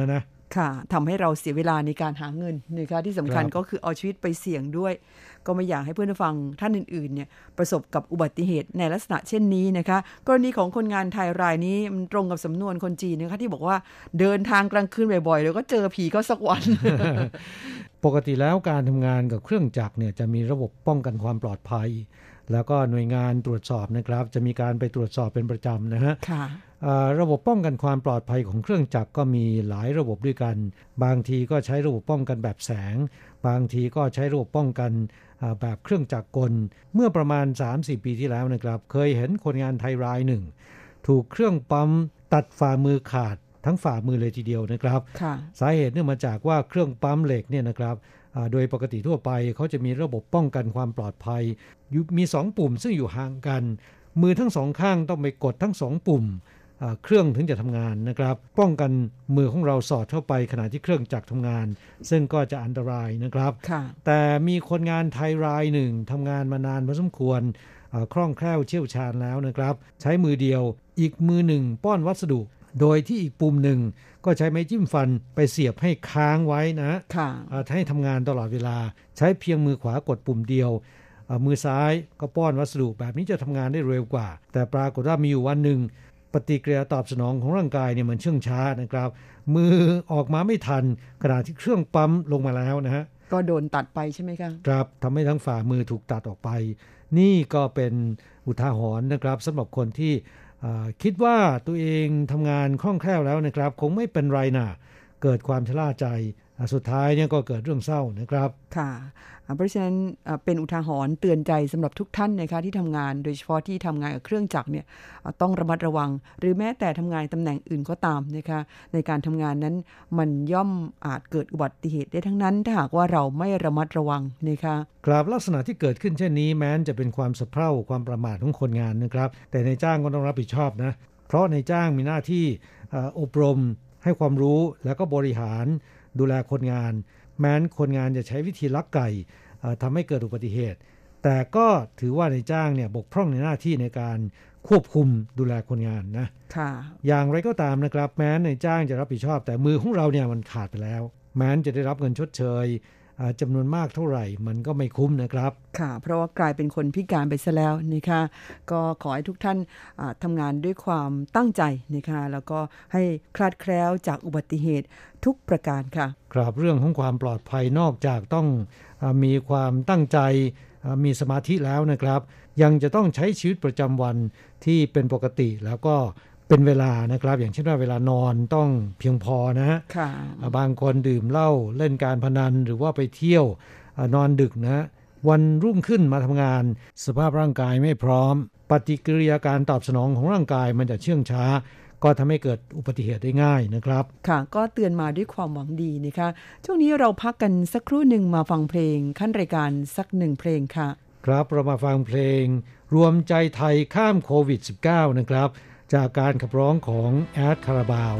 ค่ะทำให้เราเสียเวลาในการหาเงินนะคะที่สำคัญก็คือเอาชีวิตไปเสี่ยงด้วยก็ไม่อยากให้เพื่อนผู้ฟังท่านอื่นๆเนี่ยประสบกับอุบัติเหตุในลักษณะเช่นนี้นะคะกรณีของคนงานไทยรายนี้มันตรงกับสำนวนคนจีนนะคะที่บอกว่าเดินทางกลางคืนบ่อยๆแล้วก็เจอผีก็สักวันปกติแล้วการทำงานกับเครื่องจักรเนี่ยจะมีระบบป้องกันความปลอดภัยแล้วก็หน่วยงานตรวจสอบนะครับจะมีการไปตรวจสอบเป็นประจำนะฮะระบบป้องกันความปลอดภัยของเครื่องจักรก็มีหลายระบบด้วยกันบางทีก็ใช้ระบบป้องกันแบบแสงบางทีก็ใช้ระบบป้องกันแบบเครื่องจักรกลเมื่อประมาณ 3-4 ปีที่แล้วนะครับเคยเห็นคนงานไทยรายหนึ่งถูกเครื่องปั๊มตัดฝ่ามือขาดทั้งฝ่ามือเลยทีเดียวนะครับสาเหตุเนื่องมาจากว่าเครื่องปั๊มเหล็กเนี่ยนะครับโดยปกติทั่วไปเขาจะมีระบบป้องกันความปลอดภัยมี2ปุ่มซึ่งอยู่ห่างกันมือทั้งสองข้างต้องไปกดทั้ง2ปุ่มเครื่องถึงจะทำงานนะครับป้องกันมือของเราสอดเข้าไปขณะที่เครื่องจักรทำงานซึ่งก็จะอันตรายนะครับแต่มีคนงานไทยรายหนึ่งทำงานมานานพอสมควรคล่องแคล่วเชี่ยวชาญแล้วนะครับใช้มือเดียวอีกมือหนึ่งป้อนวัสดุโดยที่อีกปุ่มหนึ่งก็ใช้ไม้จิ้มฟันไปเสียบให้ค้างไว้นะให้ทำงานตลอดเวลาใช้เพียงมือขวากดปุ่มเดียวมือซ้ายก็ป้อนวัสดุแบบนี้จะทำงานได้เร็วกว่าแต่ปรากฏว่ามีอยู่วันหนึ่งปฏิกิริยาตอบสนองของร่างกายเนี่ยมันเชื่องช้านะครับมือออกมาไม่ทันขณะที่เครื่องปั๊มลงมาแล้วนะฮะก็โดนตัดไปใช่ไหมครับครับทำให้ทั้งฝ่ามือถูกตัดออกไปนี่ก็เป็นอุทาหรณ์นะครับสำหรับคนที่คิดว่าตัวเองทำงานคล่องแคล่วแล้วนะครับคงไม่เป็นไรนะเกิดความชะล่าใจสุดท้ายเนี่ยก็เกิดเรื่องเศร้านะครับค่ะเพราะฉะนั้นเป็นอุทาหรณ์เตือนใจสำหรับทุกท่านนะคะที่ทำงานโดยเฉพาะที่ทำงานกับเครื่องจักรเนี่ยต้องระมัดระวังหรือแม้แต่ทำงานตำแหน่งอื่นก็ตามนะคะในการทำงานนั้นมันย่อมอาจเกิดอุบัติเหตุได้ทั้งนั้นถ้าหากว่าเราไม่ระมัดระวังนะคะครับลักษณะที่เกิดขึ้นเช่นนี้แม้จะเป็นความสะเพร่าความประมาทของคนงานนะครับแต่นายจ้างก็ต้องรับผิดชอบนะเพราะนายจ้างมีหน้าที่อบรมให้ความรู้แล้วก็บริหารดูแลคนงานแม้คนงานจะใช้วิธีลักไก่ทำให้เกิดอุบัติเหตุแต่ก็ถือว่านายจ้างเนี่ยบกพร่องในหน้าที่ในการควบคุมดูแลคนงานนะอย่างไรก็ตามนะครับแม้นายจ้างจะรับผิดชอบแต่มือของเราเนี่ยมันขาดไปแล้วแม้จะได้รับเงินชดเชยจำนวนมากเท่าไหร่มันก็ไม่คุ้มนะครับค่ะเพราะว่ากลายเป็นคนพิการไปซะแล้วนะคะก็ขอให้ทุกท่านทำงานด้วยความตั้งใจนะคะแล้วก็ให้คลาดแคล้วจากอุบัติเหตุทุกประการค่ะครับเรื่องของความปลอดภัยนอกจากต้องมีความตั้งใจมีสมาธิแล้วนะครับยังจะต้องใช้ชีวิตประจำวันที่เป็นปกติแล้วก็เป็นเวลานะครับอย่างเช่นว่าเวลานอนต้องเพียงพอนะฮะบางคนดื่มเหล้าเล่นการพนันหรือว่าไปเที่ยวนอนดึกนะวันรุ่งขึ้นมาทำงานสภาพร่างกายไม่พร้อมปฏิกิริยาการตอบสนองของร่างกายมันจะเชื่องช้าก็ทำให้เกิดอุบัติเหตุได้ง่ายนะครับค่ะก็เตือนมาด้วยความหวังดีนะคะช่วงนี้เราพักกันสักครู่หนึ่งมาฟังเพลงขั้นรายการสักหนึ่งเพลงค่ะครับเรามาฟังเพลงรวมใจไทยข้ามโควิด -19 นะครับจากการขับร้องของแอดคาราบาว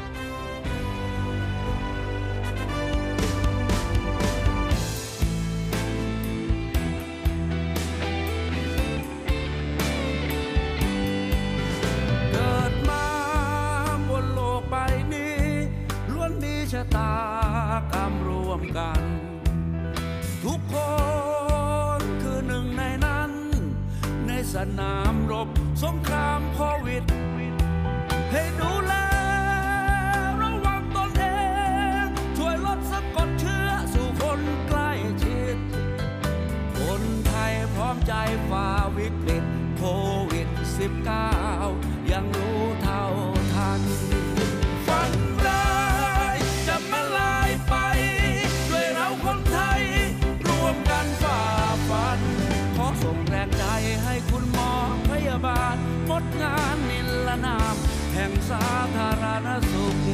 เกิดมาบนโลกใบนี้ล้วนมีชะตากรรมรวมกันทุกคนคือหนึ่งในนั้นในสนามรบสงครามโควิดให้ดูแลระวังตนเองช่วยลดสะกดเชื้อสู่คนใกล้ชิดคนไทยพร้อมใจฝ่าวิกฤตโควิด -19 ยังรู้เท่าทันฝันร้ายจะมาลายไปด้วยเราคนไทยร่วมกันฝ่าฟันขอส่งแรงใจให้คุณหมอพยาบาลงดงานนิรนามแห่งสาธารณสุข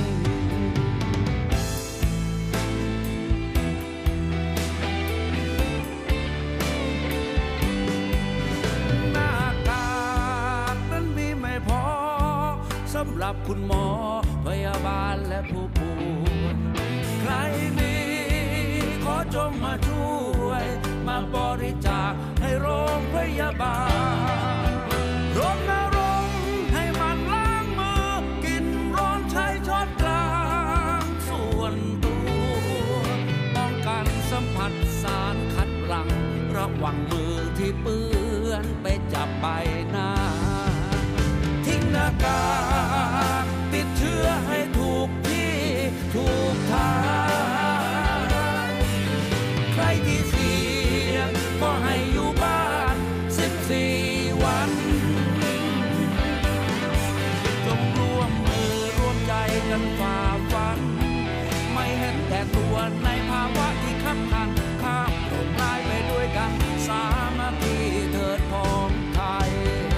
หน้ากากนั้นมีไม่พอสำหรับคุณหมอพยาบาลและผู้ป่วยใครมีขอจงมาช่วยมาบริจาคให้โรงพยาบาลรณรงค์ให้มันล้างมือกินร้อนใช้ช้อนกลางส่วนไปนาทิ้งหน้ากากติดเชื้อให้ถูกที่ถูกทางใครที่เสี่ยงก็ให้อยู่บ้าน14 วันจงร่วมมือร่วมใจกันฝ่าฟันไม่เห็นแต่ตัวในภาวะที่ขับขันข้ามโลกร้ายไปด้วยกันสามัคคีเถิดพ้องไทย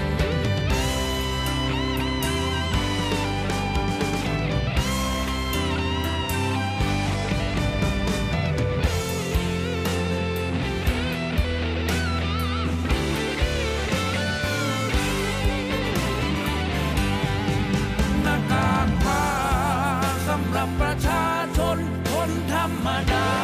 หน้ากากผ้าสำหรับประชาชนคนธรรมดา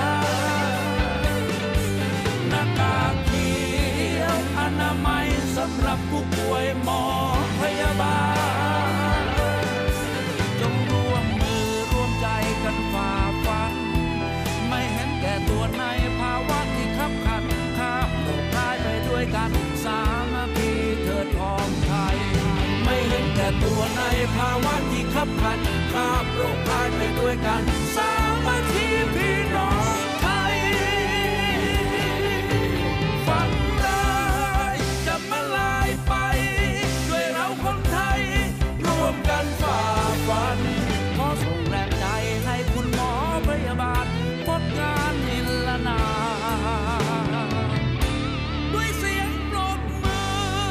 หน้ากากเขียวอนามัยสำหรับผู้ป่วยหมอพยาบาลจงร่วมมือร่วมใจกันฝ่าฟันไม่เห็นแก่ตัวในภาวะที่ขับขันข้ามโลกร้ายไปด้วยกันสามัคคีเถิดพ้องไทยไม่เห็นแก่ตัวในภาวะที่ขับขันข้ามโลกร้ายไปด้วยกันสามัคคีพี่น้องไทยฝันร้ายจะมาลายไปด้วยเราคนไทยร่วมกันฝ่าฟันขอส่งแรงใจให้คุณหมอพยาบาลพบงานนิรนามด้วยเสียงปรบมือ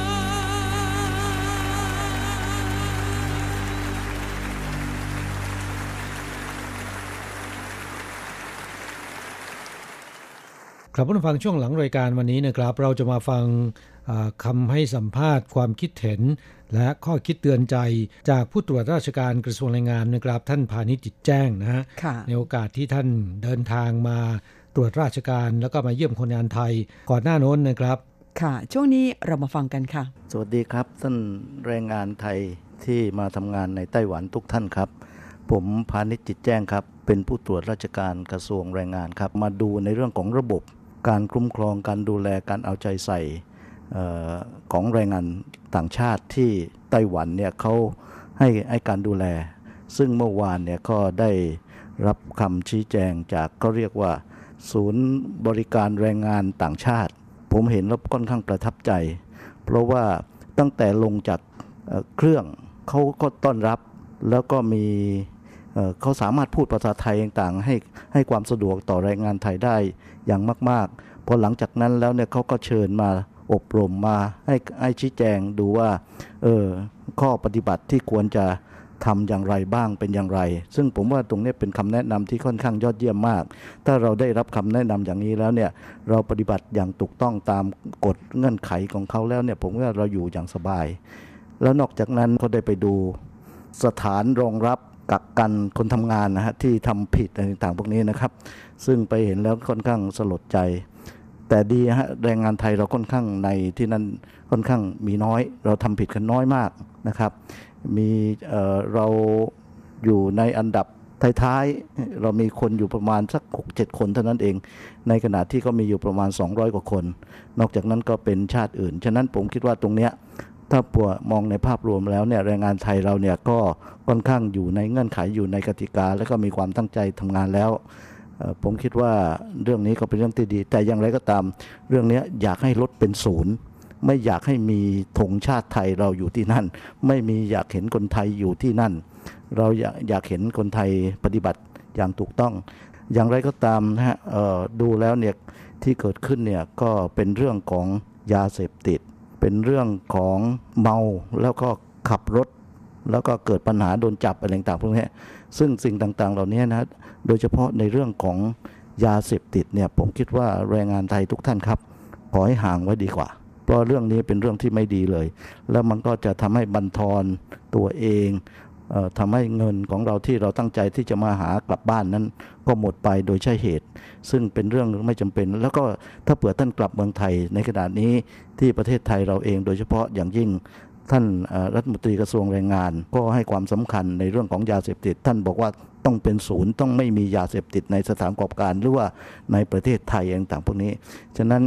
ครับผู้ฟังช่วงหลังรายการวันนี้นะครับเราจะมาฟังคำให้สัมภาษณ์ความคิดเห็นและข้อคิดเตือนใจจากผู้ตรวจราชการกระทรวงแรงงานนะครับท่านพานิชจิตแจ้งนะฮะในโอกาสที่ท่านเดินทางมาตรวจราชการแล้วก็มาเยี่ยมคนงานไทยก่อนหน้าโน้นนะครับค่ะช่วงนี้เรามาฟังกันค่ะสวัสดีครับท่านแรงงานไทยที่มาทำงานในไต้หวันทุกท่านครับผมพานิชจิตแจ้งครับเป็นผู้ตรวจราชการกระทรวงแรงงานครับมาดูในเรื่องของระบบการคุ้มครองการดูแลการเอาใจใส่ของแรงงานต่างชาติที่ไต้หวันเนี่ยเขาให้การดูแลซึ่งเมื่อวานเนี่ยก็ได้รับคำชี้แจงจากก็เรียกว่าศูนย์บริการแรงงานต่างชาติผมเห็นแล้วค่อนข้างประทับใจเพราะว่าตั้งแต่ลงจากเครื่องเขาก็ต้อนรับแล้วก็มีเขาสามารถพูดภาษาไทยต่างๆให้ความสะดวกต่อแรงงานไทยได้อย่างมากๆพอหลังจากนั้นแล้วเนี่ยเขาก็เชิญมาอบรมมาให้ชี้แจงดูว่าข้อปฏิบัติที่ควรจะทำอย่างไรบ้างเป็นอย่างไรซึ่งผมว่าตรงนี้เป็นคำแนะนำที่ค่อนข้างยอดเยี่ยมมากถ้าเราได้รับคำแนะนำอย่างนี้แล้วเนี่ยเราปฏิบัติอย่างถูกต้องตามกฎเงื่อนไขของเขาแล้วเนี่ยผมว่าเราอยู่อย่างสบายแล้วนอกจากนั้นเขาได้ไปดูสถานรองรับกักกันคนทำงานนะฮะที่ทำผิดอะไรต่างๆพวกนี้นะครับซึ่งไปเห็นแล้วค่อนข้างสลดใจแต่ดีฮะแรงงานไทยเราค่อนข้างในที่นั้นค่อนข้างมีน้อยเราทำผิดกันน้อยมากนะครับมีเราอยู่ในอันดับท้ายๆเรามีคนอยู่ประมาณสัก 6-7 คนเท่านั้นเองในขณะที่ก็มีอยู่ประมาณ200กว่าคนนอกจากนั้นก็เป็นชาติอื่นฉะนั้นผมคิดว่าตรงเนี้ยถ้ามองในภาพรวมแล้วเนี่ยแรงงานไทยเราเนี่ยก็ค่อนข้างอยู่ในเงื่อนไขอยู่ในกติกาและก็มีความตั้งใจทำงานแล้วผมคิดว่าเรื่องนี้ก็เป็นเรื่องที่ดีแต่อย่างไรก็ตามเรื่องนี้อยากให้ลดเป็นศูนย์ไม่อยากให้มีธงชาติไทยเราอยู่ที่นั่นไม่มีอยากเห็นคนไทยอยู่ที่นั่นเราอยากเห็นคนไทยปฏิบัติอย่างถูกต้องอย่างไรก็ตามนะฮะดูแล้วเนี่ยที่เกิดขึ้นเนี่ยก็เป็นเรื่องของยาเสพติดเป็นเรื่องของเมาแล้วก็ขับรถแล้วก็เกิดปัญหาโดนจับอะไรต่างๆพวกนี้ซึ่งสิ่งต่างๆเหล่านี้นะโดยเฉพาะในเรื่องของยาเสพติดเนี่ยผมคิดว่าแรงงานไทยทุกท่านครับขอให้ห่างไว้ดีกว่าเพราะเรื่องนี้เป็นเรื่องที่ไม่ดีเลยแล้วมันก็จะทำให้บั่นทอนตัวเองทำให้เงินของเราที่เราตั้งใจที่จะมาหากลับบ้านนั้นก็หมดไปโดยใช่เหตุซึ่งเป็นเรื่องไม่จำเป็นแล้วก็ถ้าเผื่อท่านกลับเมืองไทยในขณะนี้ที่ประเทศไทยเราเองโดยเฉพาะอย่างยิ่งท่านรัฐมนตรีกระทรวงแรงงานก็ให้ความสำคัญในเรื่องของยาเสพติดท่านบอกว่าต้องเป็นศูนย์ต้องไม่มียาเสพติดในสถานประกอบการหรือว่าในประเทศไทยเองต่างพวกนี้ฉะนั้น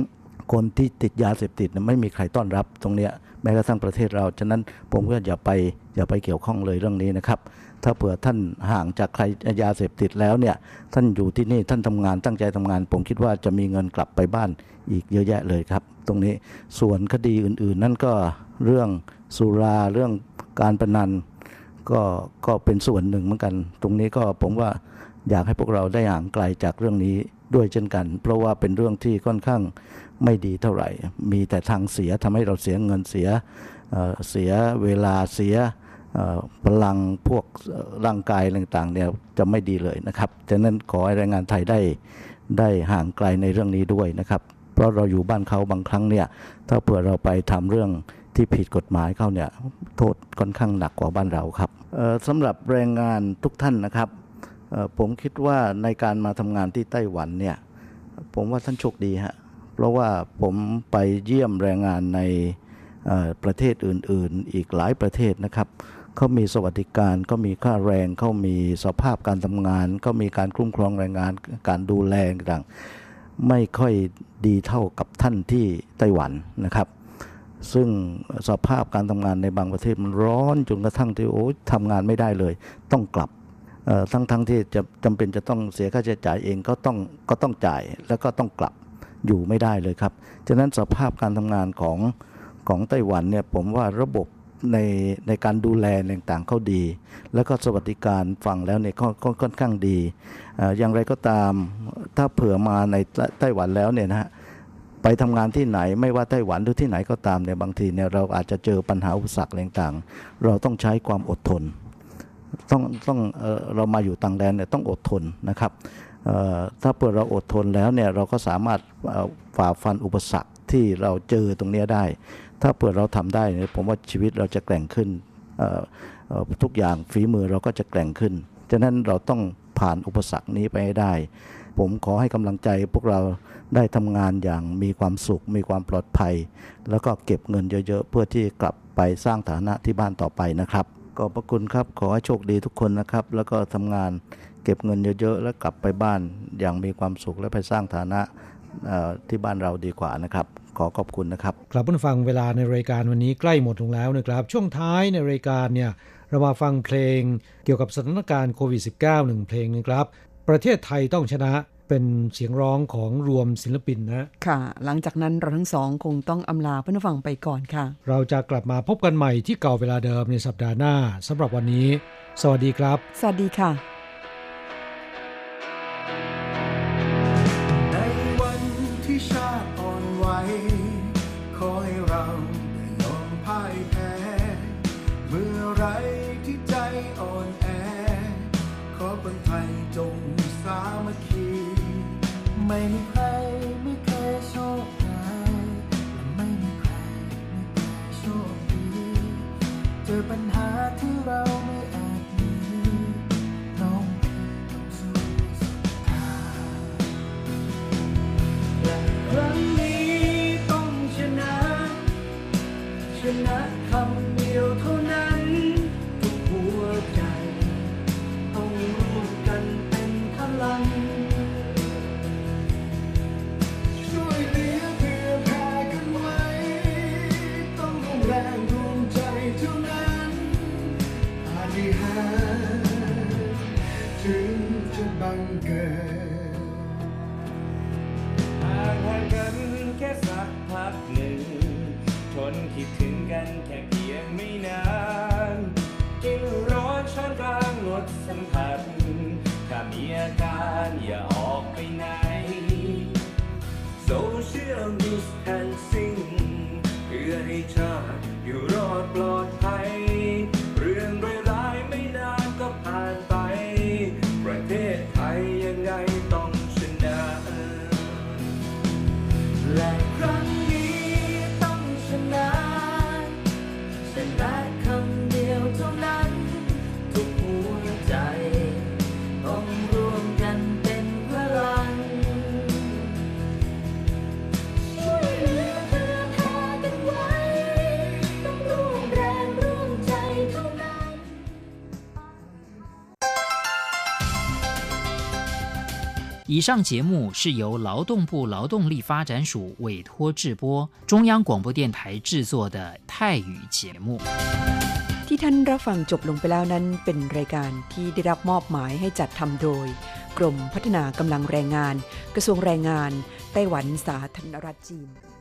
คนที่ติดยาเสพติดไม่มีใครต้อนรับตรงเนี้ยแม้กระทั่งประเทศเราฉะนั้นผมก็อย่าไปเกี่ยวข้องเลยเรื่องนี้นะครับถ้าเผื่อท่านห่างจากใครยาเสพติดแล้วเนี่ยท่านอยู่ที่นี่ท่านทำงานตั้งใจทำงานผมคิดว่าจะมีเงินกลับไปบ้านอีกเยอะแยะเลยครับตรงนี้ส่วนคดีอื่นๆนั่นก็เรื่องสุราเรื่องการพนันก็เป็นส่วนหนึ่งเหมือนกันตรงนี้ก็ผมว่าอยากให้พวกเราได้ห่างไกลจากเรื่องนี้ด้วยเช่นกันเพราะว่าเป็นเรื่องที่ค่อนข้างไม่ดีเท่าไหร่มีแต่ทางเสียทำให้เราเสียเงินเสียเวลาเสียพลังพวกร่างกายต่างๆเนี่ยจะไม่ดีเลยนะครับฉะนั้นขอให้แรงงานไทยได้ห่างไกลในเรื่องนี้ด้วยนะครับเพราะเราอยู่บ้านเขาบางครั้งเนี่ยถ้าเผื่อเราไปทำเรื่องที่ผิดกฎหมายเขาเนี่ยโทษค่อนข้างหนักกว่าบ้านเราครับสำหรับแรงงานทุกท่านนะครับผมคิดว่าในการมาทำงานที่ไต้หวันเนี่ยผมว่าท่านโชคดีฮะเพราะว่าผมไปเยี่ยมแรงงานในประเทศอื่นๆอีกหลายประเทศนะครับเขามีสวัสดิการเขามีค่าแรงเขามีสภาพการทำงานเขามีการคุ้มครองแรงงานการดูแลต่างไม่ค่อยดีเท่ากับท่านที่ไต้หวันนะครับซึ่งสภาพการทำงานในบางประเทศมันร้อนจนกระทั่งที่ทำงานไม่ได้เลยต้องกลับทั้งที่จะจำเป็นจะต้องเสียค่าใช้จ่ายเองก็ต้องจ่ายแล้วก็ต้องกลับอยู่ไม่ได้เลยครับฉะนั้นสภาพการทำงานของไต้หวันเนี่ยผมว่าระบบในการดูแลต่างๆเขาดีแล้วก็สวัสดิการฟังแล้วเนี่ยก็ค่อนข้างดีอย่างไรก็ตามถ้าเผื่อมาในไต้หวันแล้วเนี่ยนะฮะไปทำงานที่ไหนไม่ว่าไต้หวันหรือที่ไหนก็ตามเนี่ยบางทีเนี่ยเราอาจจะเจอปัญหาอุปสรรคต่างๆเราต้องใช้ความอดทนต้องเรามาอยู่ต่างแดนเนี่ยต้องอดทนนะครับถ้าเผื่อเราอดทนแล้วเนี่ยเราก็สามารถฝ่าฟันอุปสรรคที่เราเจอตรงนี้ได้ถ้าเผื่อเราทำได้เนี่ยผมว่าชีวิตเราจะแกร่งขึ้นทุกอย่างฝีมือเราก็จะแกร่งขึ้นฉะนั้นเราต้องผ่านอุปสรรคนี้ไปให้ได้ผมขอให้กำลังใจพวกเราได้ทำงานอย่างมีความสุขมีความปลอดภัยแล้วก็เก็บเงินเยอะๆเพื่อที่กลับไปสร้างฐานะที่บ้านต่อไปนะครับขอบพระคุณครับขอให้โชคดีทุกคนนะครับแล้วก็ทำงานเก็บเงินเยอะๆแล้วกลับไปบ้านอย่างมีความสุขและไปสร้างฐานะที่บ้านเราดีกว่านะครับขอขอบคุณนะครับครับผู้ฟังเวลาในรายการวันนี้ใกล้หมดลงแล้วนะครับช่วงท้ายในรายการเนี่ยเรามาฟังเพลงเกี่ยวกับสถานการณ์โควิด -19 1เพลงนะครับประเทศไทยต้องชนะเป็นเสียงร้องของรวมศิลปินนะค่ะหลังจากนั้นเราทั้งสองคงต้องอำลาผู้ฟังไปก่อนค่ะเราจะกลับมาพบกันใหม่ที่เก่าเวลาเดิมในสัปดาห์หน้าสำหรับวันนี้สวัสดีครับสวัสดีค่ะในวันที่ชาติอ่อนไหวขอให้เราได้ยอมพ่ายแพ้เมื่อไรที่ใจอ่อนแอขอคนไทยจงสามัคคีไม่มีใครไม่เคยโชคร้ายและไม่มีใครไม่เคยโชคดีเจอปัญหาที่เราไม่อาจหนีน้องต้องสู้สุดทางและครั้งนี้ต้องชนะคำเดียวเท่านั้นทุกหัวใจต้องร่วมกันเป็นพลังช่วยเหลือเพื่อแผ่กันไว้ต้องร่วมแรงร่วมใจเท่านั้นปาฏิหาริย์ถึงจะบังเกิดห่างกันแค่สักพักหนึ่งทนคิดถึงกันแค่เพียงไม่นานกินร้อนช้อนกลางลดสัมผัสถ้ามีอาการอย่าออกไปไหน Social distancing เพื่อให้ชาติอยู่รอดปลอดภัยเรื่องร้ายๆไม่นานก็ผ่านไปประเทศไทยยังไงต้องชนะและครั้งนี้ต้องชนะคำเดียวเท่านั้นทุกหัวใจต้องร่วมกันเป็นพลังช่วยเหลือเพื่อแผ่กันไว้ต้องร่วมแรงร่วมใจ以上节目是由劳动部劳动力发展署委托制播，中央广播电台制作的泰语节目。 ที่ท่านรับฟังจบลงไปแล้วนั้นเป็นรายการที่ได้รับมอบหมายให้จัดทำโดยกรมพัฒนากำลังแรงงานกระทรวงแรงงานไต้หวันสาธารณรัฐจีน